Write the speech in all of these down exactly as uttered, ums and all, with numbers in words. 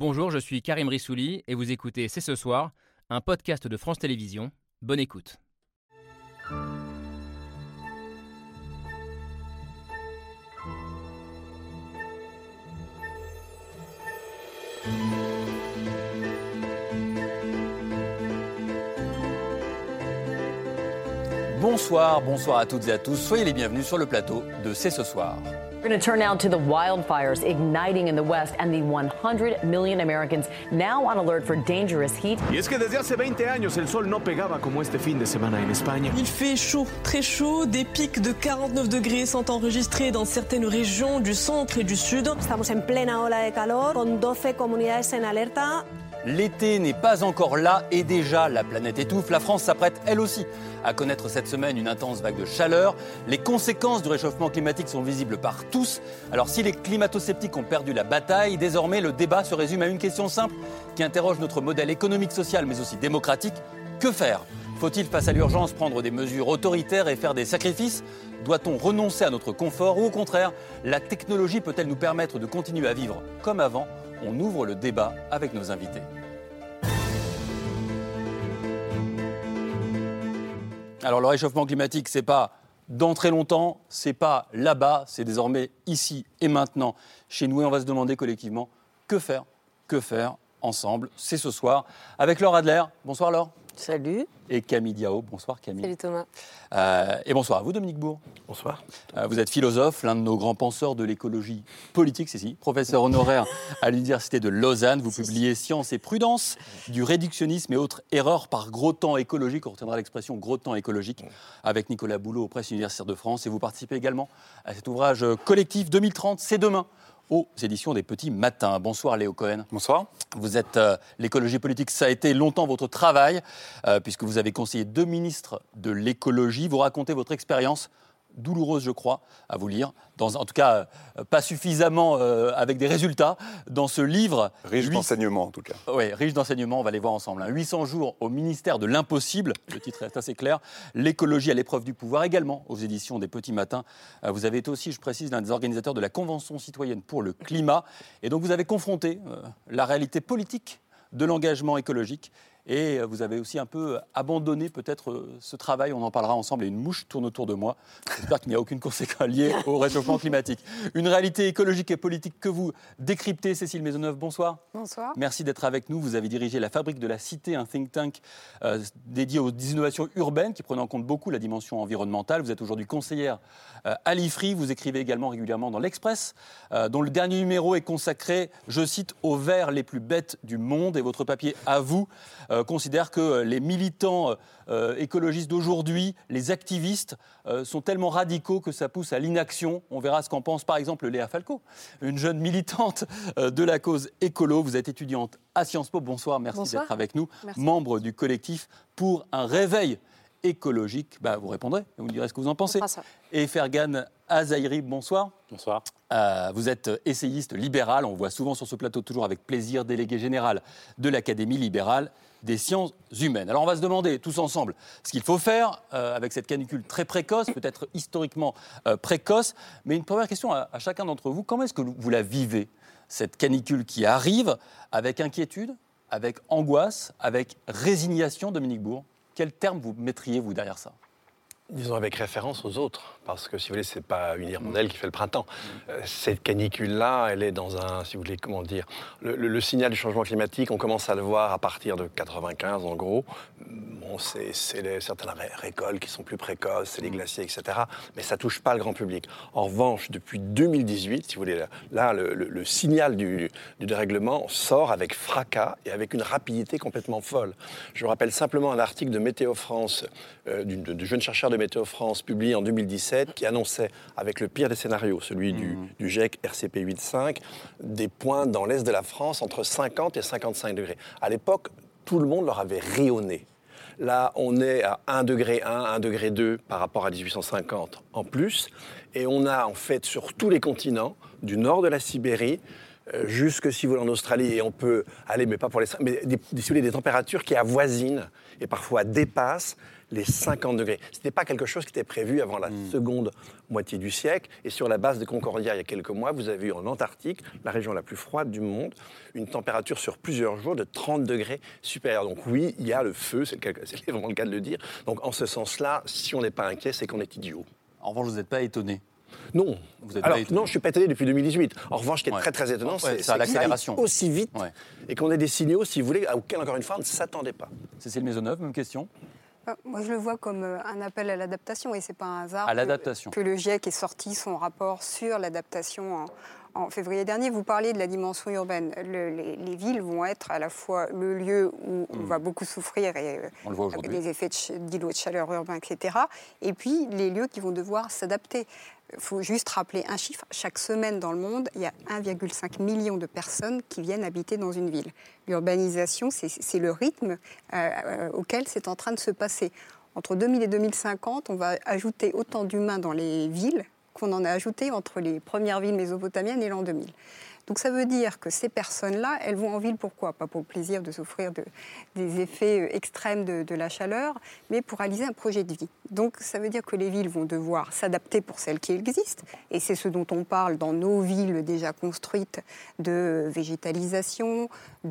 Bonjour, je suis Karim Rissouli et vous écoutez C'est ce soir, un podcast de France Télévisions. Bonne écoute. Bonsoir, bonsoir à toutes et à tous. Soyez les bienvenus sur le plateau de C'est ce soir. We're going to turn now to the wildfires igniting in the West and the one hundred million Americans now on alert for dangerous heat. Y es que desde hace veinte años el sol no pegaba como este fin de semana en España. Il fait chaud, très chaud. Des pics de quarante-neuf degrés sont enregistrés dans certaines régions du centre et du sud. Estamos en plena ola de calor, con doce comunidades en alerta. L'été n'est pas encore là et déjà la planète étouffe. La France s'apprête elle aussi à connaître cette semaine une intense vague de chaleur. Les conséquences du réchauffement climatique sont visibles par tous. Alors si les climato-sceptiques ont perdu la bataille, désormais le débat se résume à une question simple qui interroge notre modèle économique, social mais aussi démocratique. Que faire ? Faut-il face à l'urgence prendre des mesures autoritaires et faire des sacrifices ? Doit-on renoncer à notre confort ou au contraire, la technologie peut-elle nous permettre de continuer à vivre comme avant ? On ouvre le débat avec nos invités. Alors le réchauffement climatique, c'est pas dans très longtemps, c'est pas là-bas, c'est désormais ici et maintenant chez nous. Et on va se demander collectivement que faire, que faire ensemble. C'est ce soir avec Laure Adler. Bonsoir Laure. Salut. Et Camille Diao. Bonsoir Camille. Salut Thomas. Euh, et bonsoir à vous Dominique Bourg. Bonsoir. Euh, vous êtes philosophe, l'un de nos grands penseurs de l'écologie politique, c'est si, professeur honoraire à l'Université de Lausanne. Vous publiez Science et prudence, du réductionnisme et autres erreurs par gros temps écologique. On retiendra l'expression gros temps écologique avec Nicolas Boulot aux Presses universitaires de France. Et vous participez également à cet ouvrage collectif deux mille trente, c'est demain, aux éditions des Petits Matins. Bonsoir Léo Cohen. Bonsoir. Vous êtes euh, l'écologie politique, ça a été longtemps votre travail, euh, puisque vous avez conseillé deux ministres de l'écologie. Vous racontez votre expérience, douloureuse je crois, à vous lire, dans, en tout cas euh, pas suffisamment euh, avec des résultats, dans ce livre. Riche huit... d'enseignements en tout cas. Oui, riche d'enseignements, on va les voir ensemble. Hein. huit cents jours au ministère de l'impossible, le titre est assez clair. L'écologie à l'épreuve du pouvoir, également aux éditions des Petits Matins. Euh, vous avez été aussi, je précise, l'un des organisateurs de la Convention citoyenne pour le climat. Et donc vous avez confronté euh, la réalité politique de l'engagement écologique. Et vous avez aussi un peu abandonné peut-être ce travail, on en parlera ensemble, et une mouche tourne autour de moi. J'espère qu'il n'y a aucune conséquence liée au réchauffement climatique. Une réalité écologique et politique que vous décryptez. Cécile Maisonneuve, bonsoir. Bonsoir. Merci d'être avec nous. Vous avez dirigé la Fabrique de la Cité, un think tank euh, dédié aux innovations urbaines qui prennent en compte beaucoup la dimension environnementale. Vous êtes aujourd'hui conseillère euh, à l'I F R I. Vous écrivez également régulièrement dans l'Express, euh, dont le dernier numéro est consacré, je cite, aux vers les plus bêtes du monde. Et votre papier à vous Euh, considère que les militants euh, écologistes d'aujourd'hui, les activistes, euh, sont tellement radicaux que ça pousse à l'inaction. On verra ce qu'en pense par exemple Léa Falco, une jeune militante euh, de la cause écolo. Vous êtes étudiante à Sciences Po. Bonsoir, merci Bonsoir. d'être avec nous. Merci. Membre du collectif pour un réveil écologique. Bah, vous répondrez, vous me direz ce que vous en pensez. Et Fergan Azaïri, bonsoir. Bonsoir. Euh, vous êtes essayiste libéral, on vous voit souvent sur ce plateau, toujours avec plaisir, délégué général de l'Académie libérale des sciences humaines. Alors on va se demander tous ensemble ce qu'il faut faire euh, avec cette canicule très précoce, peut-être historiquement euh, précoce. Mais une première question à, à chacun d'entre vous, comment est-ce que vous la vivez, cette canicule qui arrive, avec inquiétude, avec angoisse, avec résignation, Dominique Bourg? Quel terme vous mettriez, vous, derrière ça? Disons avec référence aux autres, parce que si vous voulez, c'est pas une hirondelle qui fait le printemps. Euh, cette canicule-là, elle est dans un, si vous voulez, comment dire, le, le, le signal du changement climatique, on commence à le voir à partir de quatre-vingt-quinze, en gros. Bon, c'est, c'est les, certaines ré- récoltes qui sont plus précoces, c'est les glaciers, et cetera. Mais ça touche pas le grand public. En revanche, depuis deux mille dix-huit, si vous voulez, là, le, le, le signal du, du dérèglement sort avec fracas et avec une rapidité complètement folle. Je vous rappelle simplement un article de Météo France, euh, du, de, de jeunes chercheurs de Météo France, publié en deux mille dix-sept, qui annonçait, avec le pire des scénarios, celui du, mmh. du GIEC R C P huit virgule cinq, des points dans l'est de la France entre cinquante et cinquante-cinq degrés. À l'époque, tout le monde leur avait ri au nez. Là, on est à un degré un, un degré deux par rapport à dix-huit cent cinquante en plus. Et on a, en fait, sur tous les continents, du nord de la Sibérie euh, jusque si vous voulez en Australie, et on peut aller, mais pas pour les... mais des, des, si vous voulez, des températures qui avoisinent et parfois dépassent les cinquante degrés. Ce n'était pas quelque chose qui était prévu avant la mmh. seconde moitié du siècle. Et sur la base de Concordia, il y a quelques mois, vous avez eu en Antarctique, la région la plus froide du monde, une température sur plusieurs jours de trente degrés supérieure. Donc oui, il y a le feu, c'est, le cas, c'est vraiment le cas de le dire. Donc en ce sens-là, si on n'est pas inquiet, c'est qu'on est idiot. En revanche, vous n'êtes pas étonné? Non. Vous êtes Alors, pas non, je ne suis pas étonné depuis deux mille dix-huit. En revanche, ce qui est ouais. très très étonnant, ouais, c'est, c'est, c'est l'accélération. Que ça aille aussi vite ouais. et qu'on ait des signaux, si vous voulez, auxquels, encore une fois, on ne s'attendait pas. Cécile Maisonneuve, même question. Moi, je le vois comme un appel à l'adaptation et ce n'est pas un hasard à l'adaptation. Que, que le GIEC ait sorti son rapport sur l'adaptation en, en février dernier. Vous parliez de la dimension urbaine. Le, les, les villes vont être à la fois le lieu où mmh. on va beaucoup souffrir et, on le voit aujourd'hui. avec des effets de, d'îlots de chaleur urbains, et cetera. Et puis les lieux qui vont devoir s'adapter. Il faut juste rappeler un chiffre. Chaque semaine dans le monde, il y a un virgule cinq million de personnes qui viennent habiter dans une ville. L'urbanisation, c'est, c'est le rythme euh, euh, auquel c'est en train de se passer. Entre deux mille et deux mille cinquante, on va ajouter autant d'humains dans les villes qu'on en a ajouté entre les premières villes mésopotamiennes et l'an deux mille. Donc ça veut dire que ces personnes-là, elles vont en ville pourquoi ? Pas pour le plaisir de souffrir de, des effets extrêmes de, de la chaleur, mais pour réaliser un projet de vie. Donc ça veut dire que les villes vont devoir s'adapter pour celles qui existent, et c'est ce dont on parle dans nos villes déjà construites de végétalisation,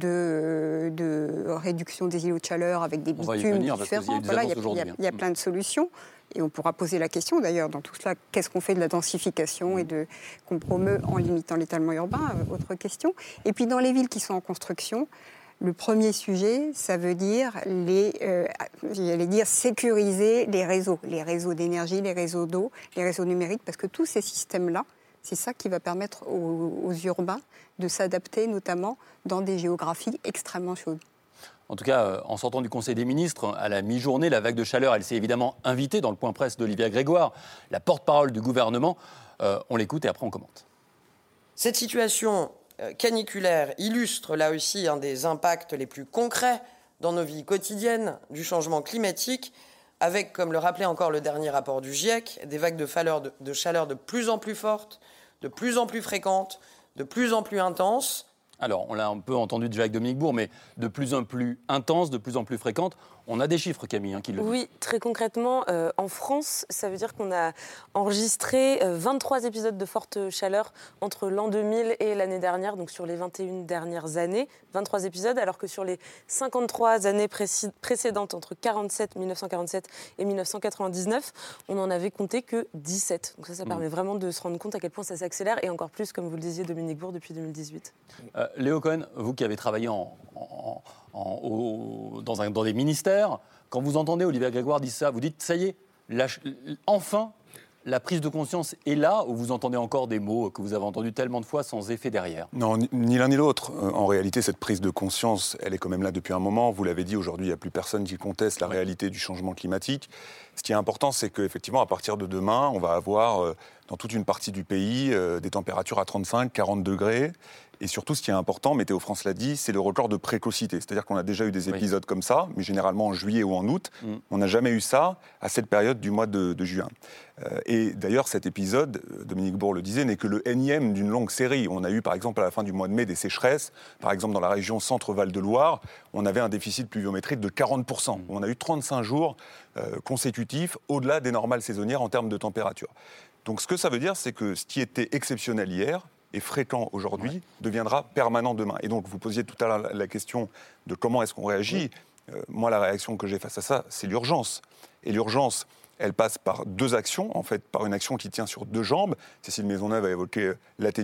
de, de réduction des îlots de chaleur avec des bitumes différents. Voilà, il y a, il y a, il y a plein de solutions. Et on pourra poser la question, d'ailleurs, dans tout cela, qu'est-ce qu'on fait de la densification et de, qu'on promeut en limitant l'étalement urbain, autre question. Et puis, dans les villes qui sont en construction, le premier sujet, ça veut dire, les, euh, j'allais dire sécuriser les réseaux, les réseaux d'énergie, les réseaux d'eau, les réseaux numériques, parce que tous ces systèmes-là, c'est ça qui va permettre aux, aux urbains de s'adapter, notamment dans des géographies extrêmement chaudes. En tout cas, en sortant du Conseil des ministres, à la mi-journée, la vague de chaleur, elle s'est évidemment invitée dans le point presse d'Olivia Grégoire, la porte-parole du gouvernement. Euh, on l'écoute et après on commente. Cette situation caniculaire illustre là aussi un des impacts les plus concrets dans nos vies quotidiennes du changement climatique, avec, comme le rappelait encore le dernier rapport du GIEC, des vagues de chaleur de, de, chaleur de plus en plus fortes, de plus en plus fréquentes, de plus en plus intenses. Alors, on l'a un peu entendu de Jacques-Dominique Bourg, mais de plus en plus intense, de plus en plus fréquente. On a des chiffres, Camille, hein, qui le disent. Oui, très concrètement, euh, en France, ça veut dire qu'on a enregistré euh, vingt-trois épisodes de forte chaleur entre l'an deux mille et l'année dernière, donc sur les vingt et une dernières années, vingt-trois épisodes, alors que sur les cinquante-trois années préc- précédentes, entre quarante-sept, mille neuf cent quarante-sept et mille neuf cent quatre-vingt-dix-neuf, on n'en avait compté que dix-sept. Donc ça, ça mmh. permet vraiment de se rendre compte à quel point ça s'accélère, et encore plus, comme vous le disiez, Dominique Bourg, depuis deux mille dix-huit. Euh, Léo Cohen, vous qui avez travaillé en, en, en, au, dans, un, dans des ministères, quand vous entendez Olivia Grégoire dire ça, vous dites, ça y est, la, enfin, la prise de conscience est là, ou vous entendez encore des mots que vous avez entendus tellement de fois sans effet derrière ? Non, ni, ni l'un ni l'autre. Euh, en réalité, cette prise de conscience, elle est quand même là depuis un moment. Vous l'avez dit, aujourd'hui, il n'y a plus personne qui conteste la réalité du changement climatique. Ce qui est important, c'est qu'effectivement, à partir de demain, on va avoir, euh, dans toute une partie du pays, euh, des températures à trente-cinq, quarante degrés. Et surtout, ce qui est important, Météo France l'a dit, c'est le record de précocité. C'est-à-dire qu'on a déjà eu des épisodes oui. comme ça, mais généralement en juillet ou en août. Mm. On n'a jamais eu ça à cette période du mois de, de juin. Euh, et d'ailleurs, cet épisode, Dominique Bourg le disait, n'est que le énième d'une longue série. On a eu, par exemple, à la fin du mois de mai, des sécheresses. Par exemple, dans la région Centre-Val de Loire, on avait un déficit pluviométrique de quarante pour cent. Mm. On a eu trente-cinq jours euh, consécutifs au-delà des normales saisonnières en termes de température. Donc, ce que ça veut dire, c'est que ce qui était exceptionnel hier, et fréquent aujourd'hui, ouais. deviendra permanent demain. Et donc, vous posiez tout à l'heure la question de comment est-ce qu'on réagit. Oui. Euh, moi, la réaction que j'ai face à ça, c'est l'urgence. Et l'urgence, elle passe par deux actions, en fait, par une action qui tient sur deux jambes. Cécile Maisonneuve a évoqué,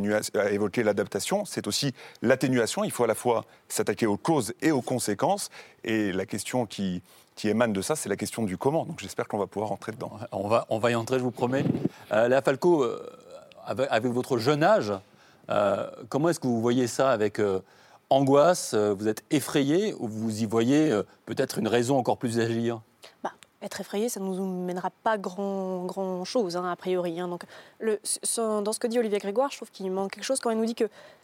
a évoqué l'adaptation. C'est aussi l'atténuation. Il faut à la fois s'attaquer aux causes et aux conséquences. Et la question qui... qui émane de ça, c'est la question du comment. Donc, j'espère qu'on va pouvoir rentrer dedans. On va, on va y entrer, je vous promets. Euh, Léa Falco, euh, avec, avec votre jeune âge, Euh, comment est-ce que vous voyez ça avec euh, angoisse ? euh, Vous êtes effrayé ou vous y voyez euh, peut-être une raison encore plus d'agir ? bah, Être effrayé, ça ne nous mènera pas grand, grand chose, hein, a priori. Hein. Donc, le, dans ce que dit Olivia Grégoire, je trouve qu'il manque quelque chose quand elle nous dit que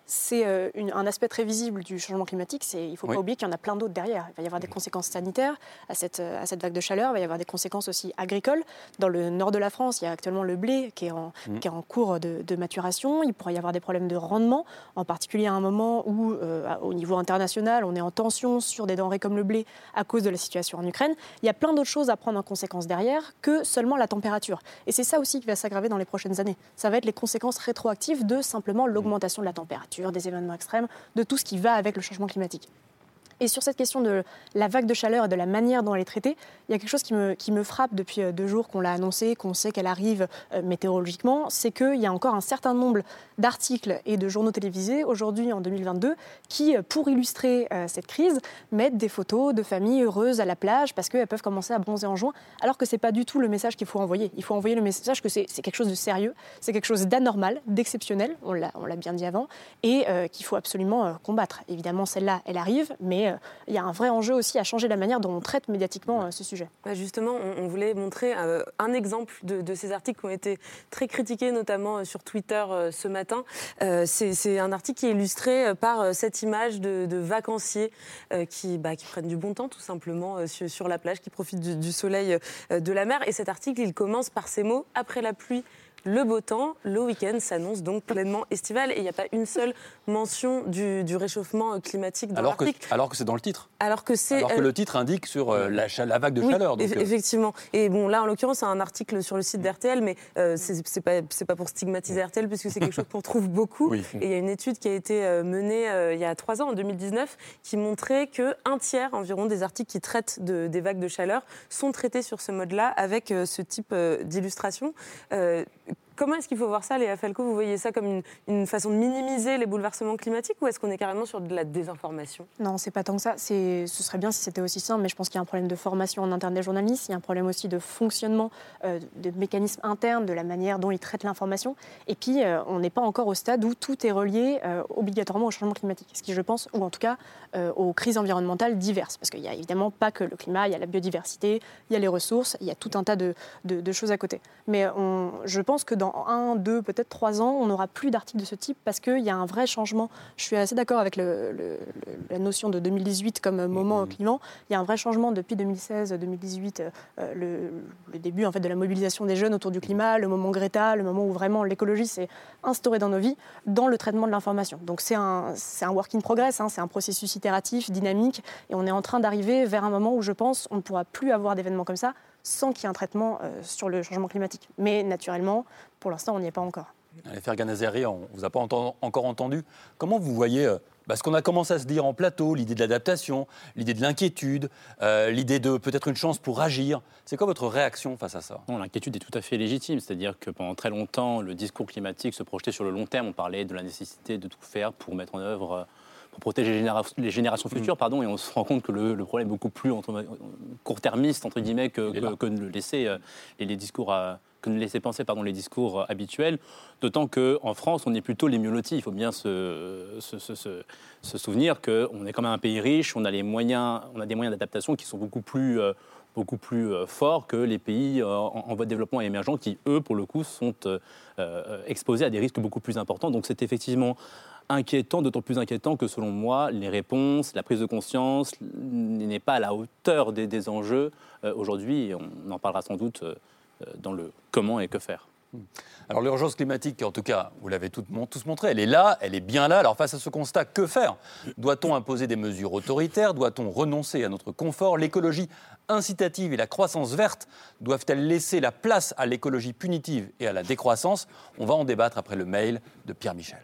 c'est euh, une, un aspect très visible du changement climatique. C'est, il ne faut oui. pas oublier qu'il y en a plein d'autres derrière. Il va y avoir des conséquences sanitaires à cette, à cette vague de chaleur. Il va y avoir des conséquences aussi agricoles. Dans le nord de la France, il y a actuellement le blé qui est en, mmh. qui est en cours de, de maturation. Il pourrait y avoir des problèmes de rendement, en particulier à un moment où, euh, au niveau international, on est en tension sur des denrées comme le blé à cause de la situation en Ukraine. Il y a plein d'autres choses à prendre en conséquence derrière que seulement la température. Et c'est ça aussi qui va s'aggraver dans les prochaines années. Ça va être les conséquences rétroactives de simplement l'augmentation de la température, des événements extrêmes, de tout ce qui va avec le changement climatique. Et sur cette question de la vague de chaleur et de la manière dont elle est traitée, il y a quelque chose qui me, qui me frappe depuis deux jours qu'on l'a annoncé, qu'on sait qu'elle arrive euh, météorologiquement, c'est qu'il y a encore un certain nombre d'articles et de journaux télévisés, aujourd'hui en deux mille vingt-deux, qui, pour illustrer euh, cette crise, mettent des photos de familles heureuses à la plage parce qu'elles peuvent commencer à bronzer en juin, alors que ce n'est pas du tout le message qu'il faut envoyer. Il faut envoyer le message que c'est, c'est quelque chose de sérieux, c'est quelque chose d'anormal, d'exceptionnel, on l'a, on l'a bien dit avant, et euh, qu'il faut absolument euh, combattre. Évidemment, celle-là, elle arrive, mais euh, il y a un vrai enjeu aussi à changer la manière dont on traite médiatiquement euh, ce sujet. Bah justement, on, on voulait montrer euh, un exemple de, de ces articles qui ont été très critiqués, notamment euh, sur Twitter euh, ce matin. Euh, c'est, c'est un article qui est illustré euh, par euh, cette image de, de vacanciers euh, qui, bah, qui prennent du bon temps, tout simplement, euh, sur, sur la plage, qui profitent du, du soleil euh, de la mer. Et cet article, il commence par ces mots « Après la pluie, le beau temps, le week-end s'annonce donc pleinement estival ». Et il n'y a pas une seule mention du, du réchauffement climatique dans alors l'article. Que, alors que c'est dans le titre. Alors que, c'est, alors que euh, le titre indique sur euh, la, la vague de oui, chaleur. Donc, eff- effectivement. Et bon, là, en l'occurrence, c'est un article sur le site d'R T L, mais euh, c'est, c'est, pas, c'est pas pour stigmatiser R T L, puisque c'est quelque chose qu'on trouve beaucoup. Oui. Et il y a une étude qui a été euh, menée euh, il y a trois ans, en deux mille dix-neuf, qui montrait qu'un tiers environ des articles qui traitent de, des vagues de chaleur sont traités sur ce mode-là, avec euh, ce type euh, d'illustration. Euh, Comment est-ce qu'il faut voir ça, Léa Falco ? Vous voyez ça comme une, une façon de minimiser les bouleversements climatiques, ou est-ce qu'on est carrément sur de la désinformation ? Non, c'est pas tant que ça. C'est, ce serait bien si c'était aussi simple, mais je pense qu'il y a un problème de formation en interne des journalistes, il y a un problème aussi de fonctionnement, euh, de mécanismes internes, de la manière dont ils traitent l'information. Et puis, euh, on n'est pas encore au stade où tout est relié euh, obligatoirement au changement climatique, ce qui, je pense, ou en tout cas euh, aux crises environnementales diverses. Parce qu'il n'y a évidemment pas que le climat, il y a la biodiversité, il y a les ressources, il y a tout un tas de, de, de choses à côté. Mais on, je pense que dans dans un, deux, peut-être trois ans, on n'aura plus d'articles de ce type parce qu'il y a un vrai changement. Je suis assez d'accord avec le, le, la notion de deux mille dix-huit comme moment climat. Il y a un vrai changement depuis deux mille seize deux mille dix-huit, euh, le, le début en fait, de la mobilisation des jeunes autour du climat, le moment Greta, le moment où vraiment l'écologie s'est instaurée dans nos vies, dans le traitement de l'information. Donc c'est un, c'est un work in progress, hein, c'est un processus itératif, dynamique, et on est en train d'arriver vers un moment où je pense on ne pourra plus avoir d'événements comme ça sans qu'il y ait un traitement euh, sur le changement climatique. Mais naturellement, pour l'instant, on n'y est pas encore. Fergan Azeri, on ne vous a pas enten- encore entendu. Comment vous voyez euh, bah, ce qu'on a commencé à se dire en plateau, l'idée de l'adaptation, l'idée de l'inquiétude, euh, l'idée de peut-être une chance pour agir. C'est quoi votre réaction face à ça ? Non, l'inquiétude est tout à fait légitime. C'est-à-dire que pendant très longtemps, le discours climatique se projetait sur le long terme. On parlait de la nécessité de tout faire pour mettre en œuvre... Euh, pour protéger les, généra- les générations futures, mmh. pardon, et on se rend compte que le, le problème est beaucoup plus entre, court-termiste, entre guillemets, que, que, que ne laisser euh, les, les discours à, que ne laisser penser pardon, les discours euh, habituels, d'autant qu'en France, on est plutôt les mieux lotis. Il faut bien se, se, se, se, se souvenir qu'on est quand même un pays riche, on a, les moyens, on a des moyens d'adaptation qui sont beaucoup plus... Euh, beaucoup plus euh, forts que les pays euh, en, en voie de développement et émergents qui, eux, pour le coup, sont euh, euh, exposés à des risques beaucoup plus importants. Donc c'est effectivement inquiétant, d'autant plus inquiétant que, selon moi, les réponses, la prise de conscience n'est pas à la hauteur des, des enjeux euh, aujourd'hui. Et on en parlera sans doute euh, dans le comment et que faire. Alors l'urgence climatique, en tout cas, vous l'avez tous montré, elle est là, elle est bien là. Alors face à ce constat, que faire ? Doit-on imposer des mesures autoritaires ? Doit-on renoncer à notre confort ? L'écologie incitative et la croissance verte doivent-elles laisser la place à l'écologie punitive et à la décroissance ? On va en débattre après le mail de Pierre Michel.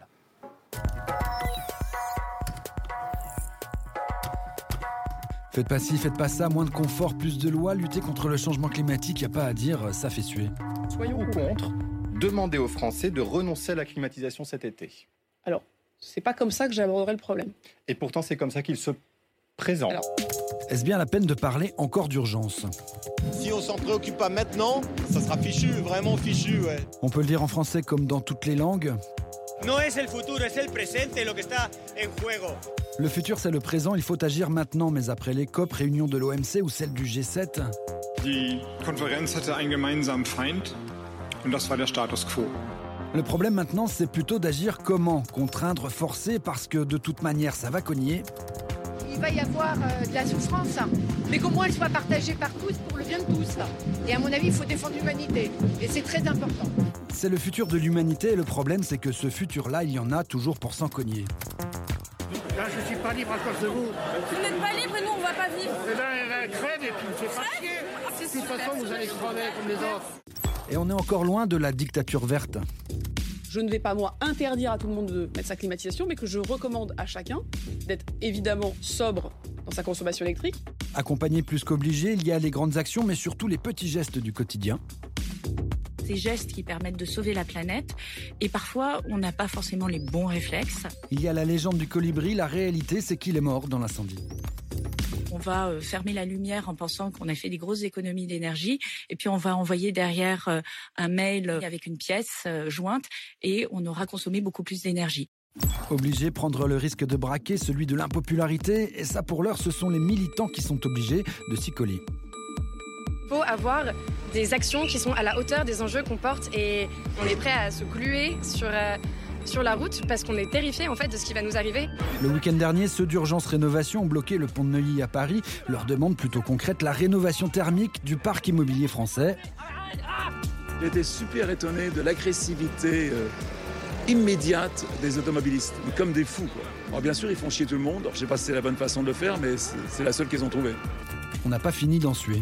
Faites pas ci, faites pas ça, moins de confort, plus de lois, lutter contre le changement climatique, y a pas à dire, ça fait suer. Soyons contre, demandez aux Français de renoncer à la climatisation cet été. Alors, c'est pas comme ça que j'aborderai le problème. Et pourtant, c'est comme ça qu'il se présente. Alors... Est-ce bien la peine de parler encore d'urgence ? Si on s'en préoccupe pas maintenant, ça sera fichu, vraiment fichu, ouais. On peut le dire en français comme dans toutes les langues. No es el futuro, es el presente lo que está en juego. Le futur, c'est le présent, il faut agir maintenant. Mais après les COP, réunions de l'O M C ou celle du G sept... Die Konferenz hatte einen gemeinsamen Feind und das war der Status quo. Le problème maintenant, c'est plutôt d'agir comment ? Contraindre, forcer, parce que de toute manière, ça va cogner. Il va y avoir euh, de la souffrance, hein, mais qu'au moins elle soit partagée par tous pour le bien de tous. Et à mon avis, il faut défendre l'humanité, et c'est très important. C'est le futur de l'humanité, et le problème, c'est que ce futur-là, il y en a toujours pour s'en cogner. Là, je suis pas libre à cause de vous. Vous n'êtes pas libre et nous, on va pas vivre. Eh bien, elle crève et puis me fait pas chier. De toute façon, vous allez crever comme les autres. Et on est encore loin de la dictature verte. Je ne vais pas, moi, interdire à tout le monde de mettre sa climatisation, mais que je recommande à chacun d'être évidemment sobre dans sa consommation électrique. Accompagné plus qu'obligé, il y a les grandes actions, mais surtout les petits gestes du quotidien. Ces gestes qui permettent de sauver la planète, et parfois, on n'a pas forcément les bons réflexes. Il y a la légende du colibri, la réalité, c'est qu'il est mort dans l'incendie. On va fermer la lumière en pensant qu'on a fait des grosses économies d'énergie et puis on va envoyer derrière un mail avec une pièce jointe et on aura consommé beaucoup plus d'énergie. Obligé, prendre le risque de braquer celui de l'impopularité et ça pour l'heure ce sont les militants qui sont obligés de s'y coller. Il faut avoir des actions qui sont à la hauteur des enjeux qu'on porte et on est prêt à se gluer sur... Euh, sur la route parce qu'on est terrifiés en fait de ce qui va nous arriver. Le week-end dernier, ceux d'Urgence Rénovation ont bloqué le pont de Neuilly à Paris. Leur demande plutôt concrète, la rénovation thermique du parc immobilier français. J'étais super étonné de l'agressivité euh, immédiate des automobilistes, mais comme des fous, quoi. Alors bien sûr, ils font chier tout le monde. Alors, je ne sais pas si c'est la bonne façon de le faire, mais c'est, c'est la seule qu'ils ont trouvée. On n'a pas fini d'en suer.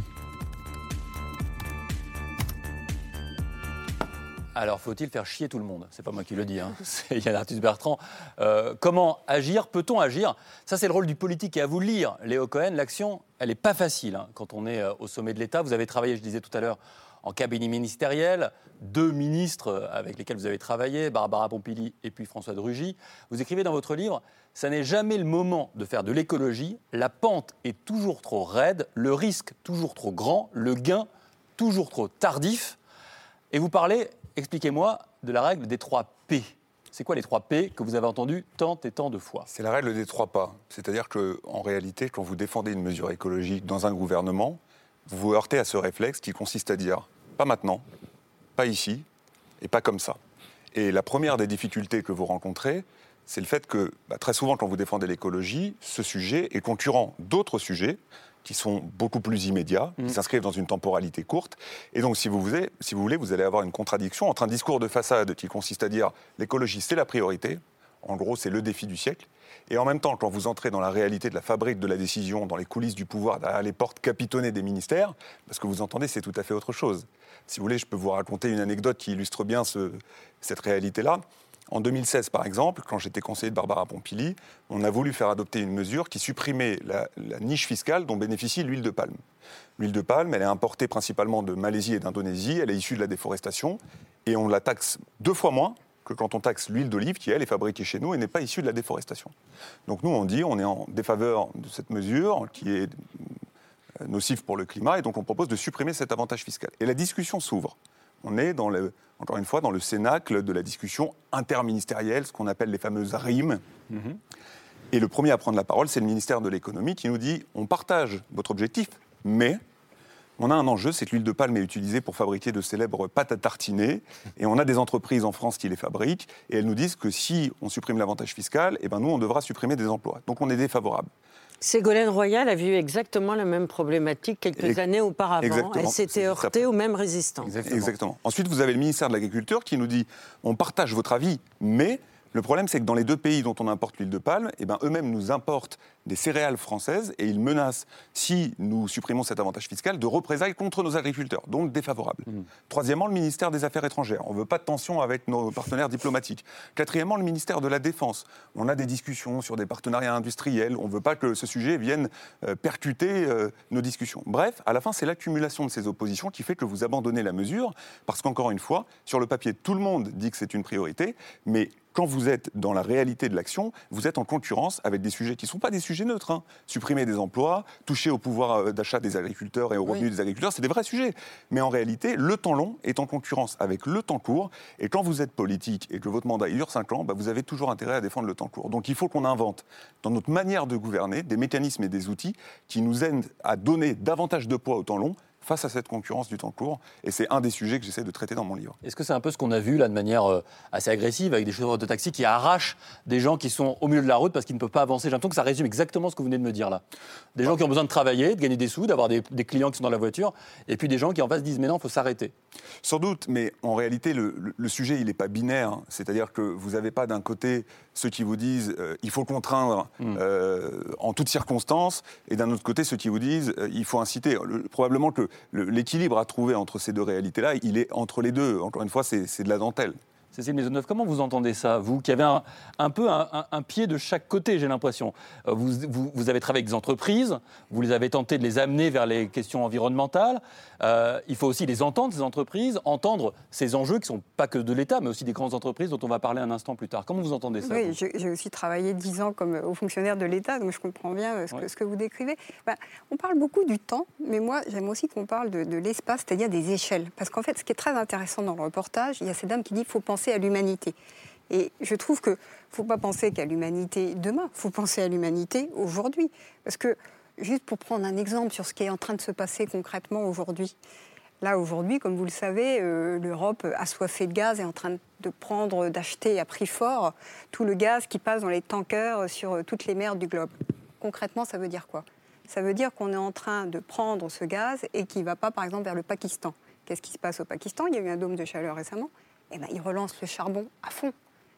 Alors, faut-il faire chier tout le monde ? C'est pas moi qui le dis, hein. C'est Yann Arthus Bertrand. Euh, comment agir ? Peut-on agir ? Ça, c'est le rôle du politique. Et à vous le lire, Léo Cohen, l'action, elle n'est pas facile hein, quand on est euh, au sommet de l'État. Vous avez travaillé, je disais tout à l'heure, en cabinet ministériel. Deux ministres avec lesquels vous avez travaillé, Barbara Pompili et puis François de Rugy. Vous écrivez dans votre livre « Ça n'est jamais le moment de faire de l'écologie. La pente est toujours trop raide, le risque toujours trop grand, le gain toujours trop tardif. » Et vous parlez... Expliquez-moi de la règle des trois P. C'est quoi les trois P que vous avez entendu tant et tant de fois ? C'est la règle des trois pas. C'est-à-dire qu'en réalité, quand vous défendez une mesure écologique dans un gouvernement, vous vous heurtez à ce réflexe qui consiste à dire « pas maintenant, pas ici et pas comme ça ». Et la première des difficultés que vous rencontrez, c'est le fait que bah, très souvent, quand vous défendez l'écologie, ce sujet est concurrent d'autres sujets qui sont beaucoup plus immédiats, mmh. qui s'inscrivent dans une temporalité courte. Et donc, si vous, voulez, si vous voulez, vous allez avoir une contradiction entre un discours de façade qui consiste à dire « l'écologie, c'est la priorité », en gros, c'est le défi du siècle, et en même temps, quand vous entrez dans la réalité de la fabrique de la décision, dans les coulisses du pouvoir, derrière les portes capitonnées des ministères, ce que vous entendez, c'est tout à fait autre chose. Si vous voulez, je peux vous raconter une anecdote qui illustre bien ce, cette réalité-là. En deux mille seize, par exemple, quand j'étais conseiller de Barbara Pompili, on a voulu faire adopter une mesure qui supprimait la, la niche fiscale dont bénéficie l'huile de palme. L'huile de palme, elle est importée principalement de Malaisie et d'Indonésie, elle est issue de la déforestation, et on la taxe deux fois moins que quand on taxe l'huile d'olive, qui, elle, est fabriquée chez nous et n'est pas issue de la déforestation. Donc nous, on dit, on est en défaveur de cette mesure, qui est nocive pour le climat, et donc on propose de supprimer cet avantage fiscal. Et la discussion s'ouvre. On est, dans le, encore une fois, dans le cénacle de la discussion interministérielle, ce qu'on appelle les fameuses R I M. Mmh. Et le premier à prendre la parole, c'est le ministère de l'économie qui nous dit « on partage votre objectif, mais on a un enjeu, c'est que l'huile de palme est utilisée pour fabriquer de célèbres pâtes à tartiner, et on a des entreprises en France qui les fabriquent, et elles nous disent que si on supprime l'avantage fiscal, eh ben nous, on devra supprimer des emplois. Donc on est défavorable. » Ségolène Royal a vu exactement la même problématique quelques et, années auparavant. Exactement. Elle s'était heurtée aux mêmes résistances. Exactement. exactement. Ensuite, vous avez le ministère de l'Agriculture qui nous dit « on partage votre avis, mais… » Le problème, c'est que dans les deux pays dont on importe l'huile de palme, eh ben, eux-mêmes nous importent des céréales françaises et ils menacent, si nous supprimons cet avantage fiscal, de représailles contre nos agriculteurs, donc défavorables. Mmh. Troisièmement, le ministère des Affaires étrangères. On ne veut pas de tension avec nos partenaires diplomatiques. Quatrièmement, le ministère de la Défense. On a des discussions sur des partenariats industriels. On ne veut pas que ce sujet vienne euh, percuter euh, nos discussions. Bref, à la fin, c'est l'accumulation de ces oppositions qui fait que vous abandonnez la mesure, parce qu'encore une fois, sur le papier, tout le monde dit que c'est une priorité, mais quand vous êtes dans la réalité de l'action, vous êtes en concurrence avec des sujets qui ne sont pas des sujets neutres. Hein. Supprimer des emplois, toucher au pouvoir d'achat des agriculteurs et aux revenus oui. des agriculteurs, c'est des vrais sujets. Mais en réalité, le temps long est en concurrence avec le temps court. Et quand vous êtes politique et que votre mandat dure cinq ans, bah vous avez toujours intérêt à défendre le temps court. Donc il faut qu'on invente, dans notre manière de gouverner, des mécanismes et des outils qui nous aident à donner davantage de poids au temps long face à cette concurrence du temps court. Et c'est un des sujets que j'essaie de traiter dans mon livre. Est-ce que c'est un peu ce qu'on a vu là de manière euh, assez agressive avec des chauffeurs de taxi qui arrachent des gens qui sont au milieu de la route parce qu'ils ne peuvent pas avancer? J'ai l'impression que ça résume exactement ce que vous venez de me dire là. Des gens qui ont besoin de travailler, de gagner des sous, d'avoir des, des clients qui sont dans la voiture, et puis des gens qui en face disent mais non, il faut s'arrêter. Sans doute, mais en réalité, le, le, le sujet, il n'est pas binaire. Hein. C'est-à-dire que vous n'avez pas d'un côté ceux qui vous disent euh, il faut contraindre euh, en toutes circonstances, et d'un autre côté ceux qui vous disent euh, il faut inciter. Le, probablement que le, l'équilibre à trouver entre ces deux réalités-là, il est entre les deux. Encore une fois, c'est, c'est de la dentelle. Cécile Maisonneuve, comment vous entendez ça, vous qui avez un, un peu un, un, un pied de chaque côté, j'ai l'impression. Vous, vous, vous avez travaillé avec des entreprises, vous les avez tenté de les amener vers les questions environnementales. Euh, il faut aussi les entendre, ces entreprises, entendre ces enjeux qui ne sont pas que de l'État, mais aussi des grandes entreprises dont on va parler un instant plus tard. Comment vous entendez ça? Oui, j'ai, j'ai aussi travaillé dix ans comme haut fonctionnaire de l'État, donc je comprends bien ce, ouais. que, ce que vous décrivez. Ben, on parle beaucoup du temps, mais moi, j'aime aussi qu'on parle de, de l'espace, c'est-à-dire des échelles. Parce qu'en fait, ce qui est très intéressant dans le reportage, il y a cette dame qui dit qu'il faut penser à l'humanité. Et je trouve qu'il ne faut pas penser qu'à l'humanité demain, il faut penser à l'humanité aujourd'hui. Parce que, juste pour prendre un exemple sur ce qui est en train de se passer concrètement aujourd'hui, là aujourd'hui, comme vous le savez, euh, l'Europe assoiffée de gaz est en train de prendre, d'acheter à prix fort tout le gaz qui passe dans les tankers sur toutes les mers du globe. Concrètement, ça veut dire quoi? Ça veut dire qu'on est en train de prendre ce gaz et qu'il ne va pas, par exemple, vers le Pakistan. Qu'est-ce qui se passe au Pakistan? Il y a eu un dôme de chaleur récemment. Eh ben, ils relancent le charbon à fond.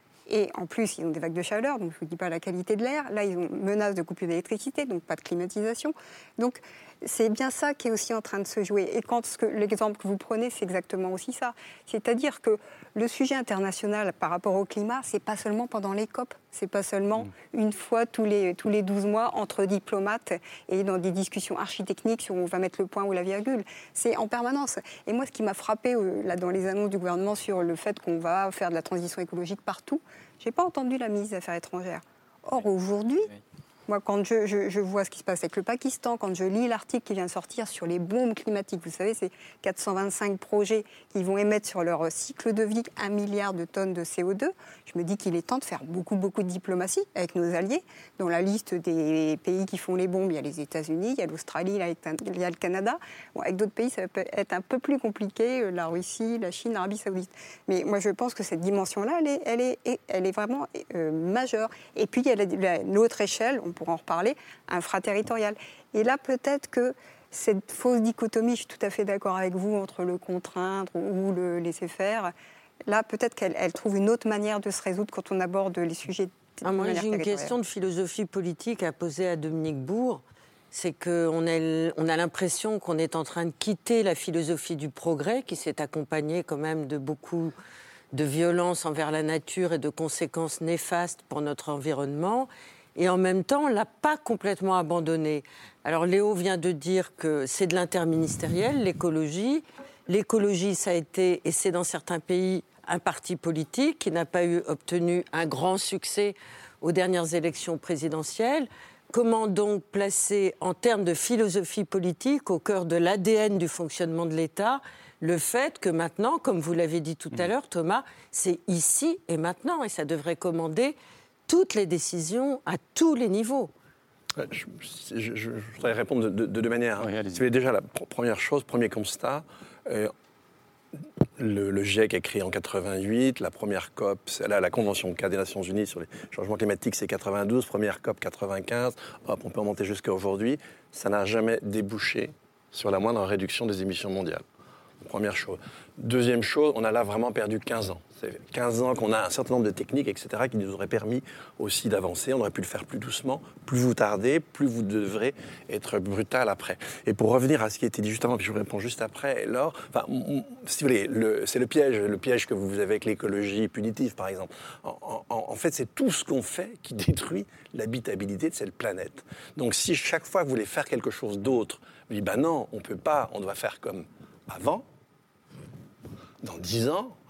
Et en plus, ils ont des vagues de chaleur, donc je ne vous dis pas la qualité de l'air. Là, ils ont menace de coupure d'électricité, donc pas de climatisation. Donc, c'est bien ça qui est aussi en train de se jouer. Et quand ce que, l'exemple que vous prenez, c'est exactement aussi ça. C'est-à-dire que le sujet international par rapport au climat, c'est pas seulement pendant les COP, c'est pas seulement mmh. une fois tous les, tous les douze mois entre diplomates et dans des discussions architecniques sur où on va mettre le point ou la virgule. C'est en permanence. Et moi, ce qui m'a frappé euh, là, dans les annonces du gouvernement sur le fait qu'on va faire de la transition écologique partout, j'ai pas entendu la ministre des Affaires étrangères. Or, aujourd'hui, oui. moi, quand je, je, je vois ce qui se passe avec le Pakistan, quand je lis l'article qui vient de sortir sur les bombes climatiques, vous savez, c'est quatre cent vingt-cinq projets qui vont émettre sur leur cycle de vie un milliard de tonnes de C O deux, je me dis qu'il est temps de faire beaucoup, beaucoup de diplomatie avec nos alliés. Dans la liste des pays qui font les bombes, il y a les États-Unis, il y a l'Australie, il y a le Canada. Bon, avec d'autres pays, ça peut être un peu plus compliqué, la Russie, la Chine, l'Arabie Saoudite. Mais moi, je pense que cette dimension-là, elle est, elle est, elle est vraiment euh, majeure. Et puis, il y a la, la, l'autre échelle, on pourra en reparler, infraterritoriale. Et là, peut-être que cette fausse dichotomie, je suis tout à fait d'accord avec vous, entre le contraindre ou le laisser faire, là, peut-être qu'elle elle trouve une autre manière de se résoudre quand on aborde les sujets. Ah, moi, j'ai une question de philosophie politique à poser à Dominique Bourg. C'est qu'on a, on a l'impression qu'on est en train de quitter la philosophie du progrès, qui s'est accompagnée quand même de beaucoup de violence envers la nature et de conséquences néfastes pour notre environnement. Et en même temps, on ne l'a pas complètement abandonné. Alors Léo vient de dire que c'est de l'interministériel, l'écologie. L'écologie, ça a été, et c'est dans certains pays, un parti politique qui n'a pas eu, obtenu un grand succès aux dernières élections présidentielles. Comment donc placer, en termes de philosophie politique, au cœur de l'A D N du fonctionnement de l'État, le fait que maintenant, comme vous l'avez dit tout à l'heure, Thomas, c'est ici et maintenant, et ça devrait commander toutes les décisions à tous les niveaux. Je, je, je voudrais répondre de, de, de deux manières. Oui, c'est déjà la première chose, premier constat. Euh, le, le GIEC a créé en quatre-vingt-huit, la première COP, la, la Convention cadre des Nations Unies sur les changements climatiques, c'est quatre-vingt-douze, première COP quatre-vingt-quinze, hop, on peut remonter jusqu'à aujourd'hui. Ça n'a jamais débouché sur la moindre réduction des émissions mondiales. Première chose. Deuxième chose, on a là vraiment perdu quinze ans. C'est quinze ans qu'on a un certain nombre de techniques, et cetera, qui nous auraient permis aussi d'avancer. On aurait pu le faire plus doucement. Plus vous tardez, plus vous devrez être brutal après. Et pour revenir à ce qui a été dit juste avant, puis je vous réponds juste après, Laure, enfin, si vous voulez, le, c'est le piège, le piège que vous avez avec l'écologie punitive, par exemple. En, en, en fait, c'est tout ce qu'on fait qui détruit l'habitabilité de cette planète. Donc, si chaque fois vous voulez faire quelque chose d'autre, vous dites, ben non, on ne peut pas, on doit faire comme avant, dans dix ans,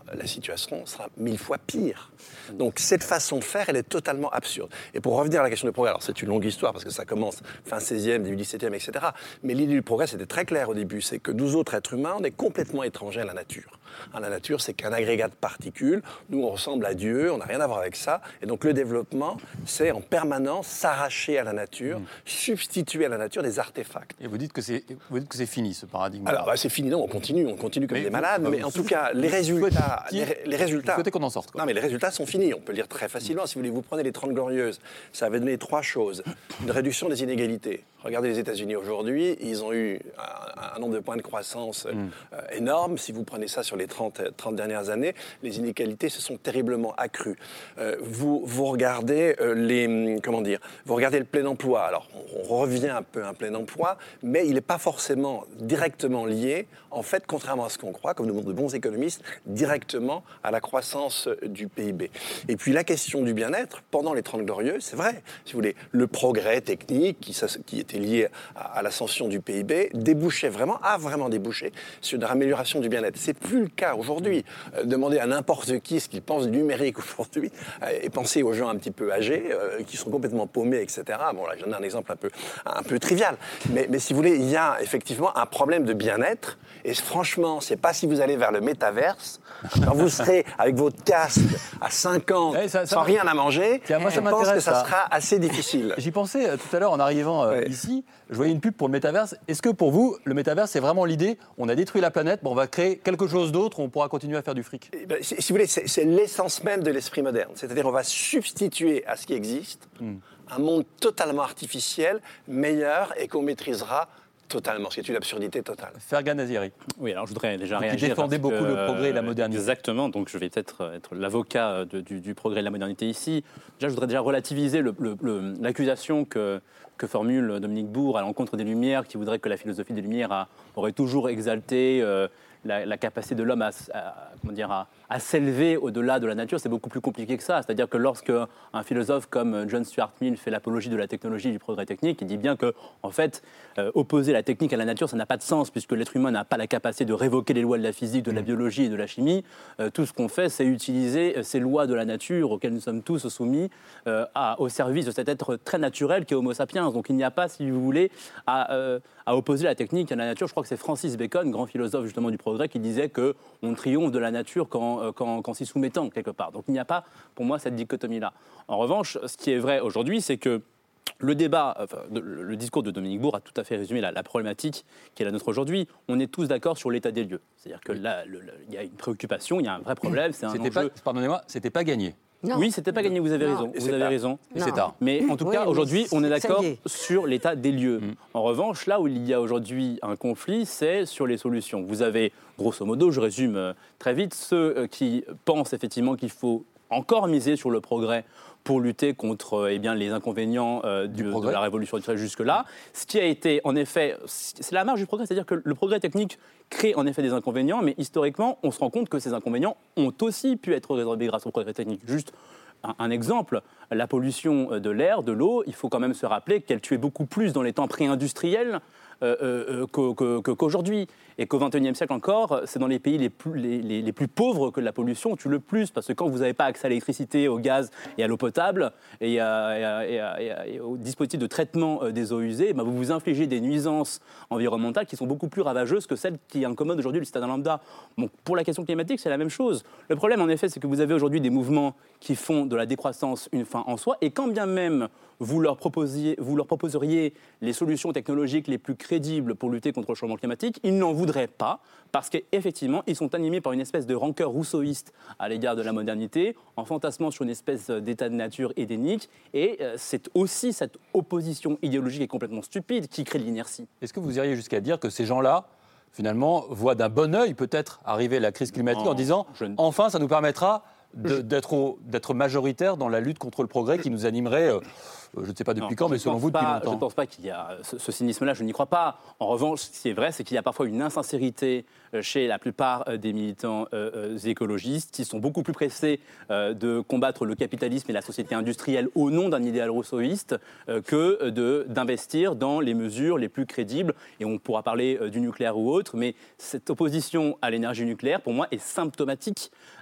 la situation sera mille fois pire. Donc cette façon de faire, elle est totalement absurde. Et pour revenir à la question du progrès, alors c'est une longue histoire parce que ça commence fin seizième, début dix-septième, et cetera. Mais l'idée du progrès, c'était très clair au début, c'est que nous autres êtres humains, on est complètement étrangers à la nature. Hein, la nature, c'est qu'un agrégat de particules. Nous, on ressemble à Dieu, on n'a rien à voir avec ça. Et donc le développement, c'est en permanence s'arracher à la nature, mmh. substituer à la nature des artefacts. Et vous dites que c'est, vous dites que c'est fini, ce paradigme. Alors, bah, c'est fini, non, on continue, on continue comme mais des vous, malades. bah, mais en tout cas, les résultats... Les, les résultats... Vous souhaitez qu'on en sorte, quoi. Non, mais les résultats sont finis. On peut le dire très facilement. Si vous voulez, vous prenez les trente glorieuses, ça avait donné trois choses. Une réduction des inégalités. Regardez les États-Unis aujourd'hui, ils ont eu un, un nombre de points de croissance mm. euh, énorme. Si vous prenez ça sur les trente, trente dernières années, les inégalités se sont terriblement accrues. Euh, vous, vous regardez euh, les, comment dire, vous regardez le plein emploi. Alors, on, on revient un peu à un plein emploi, mais il n'est pas forcément directement lié, en fait, contrairement à ce qu'on croit, comme nous montrent de bons économistes, directement à la croissance du P I B. Et puis la question du bien-être, pendant les trente glorieuses, c'est vrai, si vous voulez, le progrès technique qui, qui était lié à, à l'ascension du P I B débouchait vraiment, a vraiment débouché sur une amélioration du bien-être. C'est plus le cas aujourd'hui. Euh, demandez à n'importe qui ce qu'il pense du numérique aujourd'hui euh, et pensez aux gens un petit peu âgés euh, qui sont complètement paumés, et cetera. Bon là, j'en ai un exemple un peu, un peu trivial, mais, mais si vous voulez, il y a effectivement un problème de bien-être. Et franchement, c'est pas si vous allez vers le métaverse, quand vous serez avec votre casque à cinquante, hey, ça, ça sans rien à manger, tiens, moi, je pense que ça, ça sera assez difficile. J'y pensais euh, tout à l'heure en arrivant euh, ouais. ici, je voyais une pub pour le métaverse. Est-ce que pour vous, le métaverse, c'est vraiment l'idée, on a détruit la planète, bon, on va créer quelque chose d'autre, on pourra continuer à faire du fric? Eh ben, si, si vous voulez, c'est, c'est l'essence même de l'esprit moderne. C'est-à-dire on va substituer à ce qui existe mm. un monde totalement artificiel, meilleur et qu'on maîtrisera totalement, ce qui est une absurdité totale. Fergan Azieri. Oui, alors je voudrais déjà donc, réagir. Qui défendait beaucoup que, le progrès et la modernité. Exactement, donc je vais peut-être être l'avocat de, du, du progrès et de la modernité ici. Déjà, je voudrais déjà relativiser le, le, le, l'accusation que, que formule Dominique Bourg à l'encontre des Lumières, qui voudrait que la philosophie des Lumières a, aurait toujours exalté euh, la, la capacité de l'homme à, à, comment dire, à, à s'élever au-delà de la nature. C'est beaucoup plus compliqué que ça. C'est-à-dire que lorsque un philosophe comme John Stuart Mill fait l'apologie de la technologie et du progrès technique, il dit bien que, en fait, euh, opposer la technique à la nature, ça n'a pas de sens, puisque l'être humain n'a pas la capacité de révoquer les lois de la physique, de la biologie et de la chimie. Euh, tout ce qu'on fait, c'est utiliser ces lois de la nature auxquelles nous sommes tous soumis euh, à, au service de cet être très naturel qu'est Homo sapiens. Donc il n'y a pas, si vous voulez, à, euh, à opposer la technique à la nature. Je crois que c'est Francis Bacon, grand philosophe justement du progrès, qui disait qu'on triomphe de la nature quand, quand, quand s'y soumettant quelque part. Donc il n'y a pas, pour moi, cette dichotomie-là. En revanche, ce qui est vrai aujourd'hui, c'est que le débat, enfin, le discours de Dominique Bourg a tout à fait résumé la, la problématique qui est la nôtre aujourd'hui. On est tous d'accord sur l'état des lieux. C'est-à-dire qu'il y a une préoccupation, il y a un vrai problème. C'est un c'était enjeu... pas, pardonnez-moi, c'était pas gagné. Non. Oui, c'était pas gagné, vous avez non. raison. Et vous avez tard. raison. Et c'est tard. Mais en tout oui, cas, aujourd'hui, on est d'accord est. sur l'état des lieux. Mm. En revanche, là où il y a aujourd'hui un conflit, c'est sur les solutions. Vous avez, grosso modo, je résume très vite, ceux qui pensent effectivement qu'il faut encore miser sur le progrès pour lutter contre eh bien, les inconvénients euh, du, de la révolution industrielle jusque-là. Ce qui a été, en effet, c'est la marge du progrès, c'est-à-dire que le progrès technique crée en effet des inconvénients, mais historiquement, on se rend compte que ces inconvénients ont aussi pu être résolvés grâce au progrès technique. Juste un, un exemple, la pollution de l'air, de l'eau, il faut quand même se rappeler qu'elle tuait beaucoup plus dans les temps pré-industriels Euh, euh, que, que, que, qu'aujourd'hui. Et qu'au vingt et unième siècle encore, c'est dans les pays les plus, les, les, les plus pauvres que la pollution tue le plus. Parce que quand vous n'avez pas accès à l'électricité, au gaz et à l'eau potable, et, à, et, à, et, à, et, à, et au dispositif de traitement des eaux usées, bah vous vous infligez des nuisances environnementales qui sont beaucoup plus ravageuses que celles qui incommodent aujourd'hui le citadin lambda. Bon, pour la question climatique, c'est la même chose. Le problème, en effet, c'est que vous avez aujourd'hui des mouvements qui font de la décroissance une fin en soi, et quand bien même vous leur, proposiez, vous leur proposeriez les solutions technologiques les plus crédibles pour lutter contre le changement climatique, ils n'en voudraient pas, parce qu'effectivement, ils sont animés par une espèce de rancœur rousseauiste à l'égard de la modernité, en fantasmant sur une espèce d'état de nature édénique, et euh, c'est aussi cette opposition idéologique et complètement stupide qui crée de l'inertie. Est-ce que vous iriez jusqu'à dire que ces gens-là, finalement, voient d'un bon œil peut-être arriver la crise climatique non, en disant je... « enfin, ça nous permettra de, je... d'être, au, d'être majoritaire dans la lutte contre le progrès qui nous animerait euh, ». Je ne sais pas depuis non, quand, mais selon vous, depuis pas, longtemps. Je ne pense pas qu'il y a ce, ce cynisme-là, je n'y crois pas. En revanche, ce qui est vrai, c'est qu'il y a parfois une insincérité chez la plupart des militants euh, écologistes qui sont beaucoup plus pressés euh, de combattre le capitalisme et la société industrielle au nom d'un idéal rousseauiste euh, que de, d'investir dans les mesures les plus crédibles. Et on pourra parler euh, du nucléaire ou autre, mais cette opposition à l'énergie nucléaire, pour moi, est symptomatique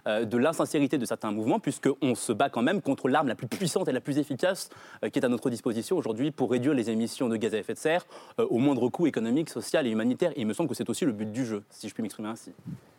euh, de l'insincérité de certains mouvements, puisqu'on se bat quand même contre l'arme la plus puissante et la plus efficace euh, qui est à notre disposition aujourd'hui pour réduire les émissions de gaz à effet de serre euh, au moindre coût économique, social et humanitaire. Et il me semble que c'est aussi le but du jeu, si je puis m'exprimer ainsi.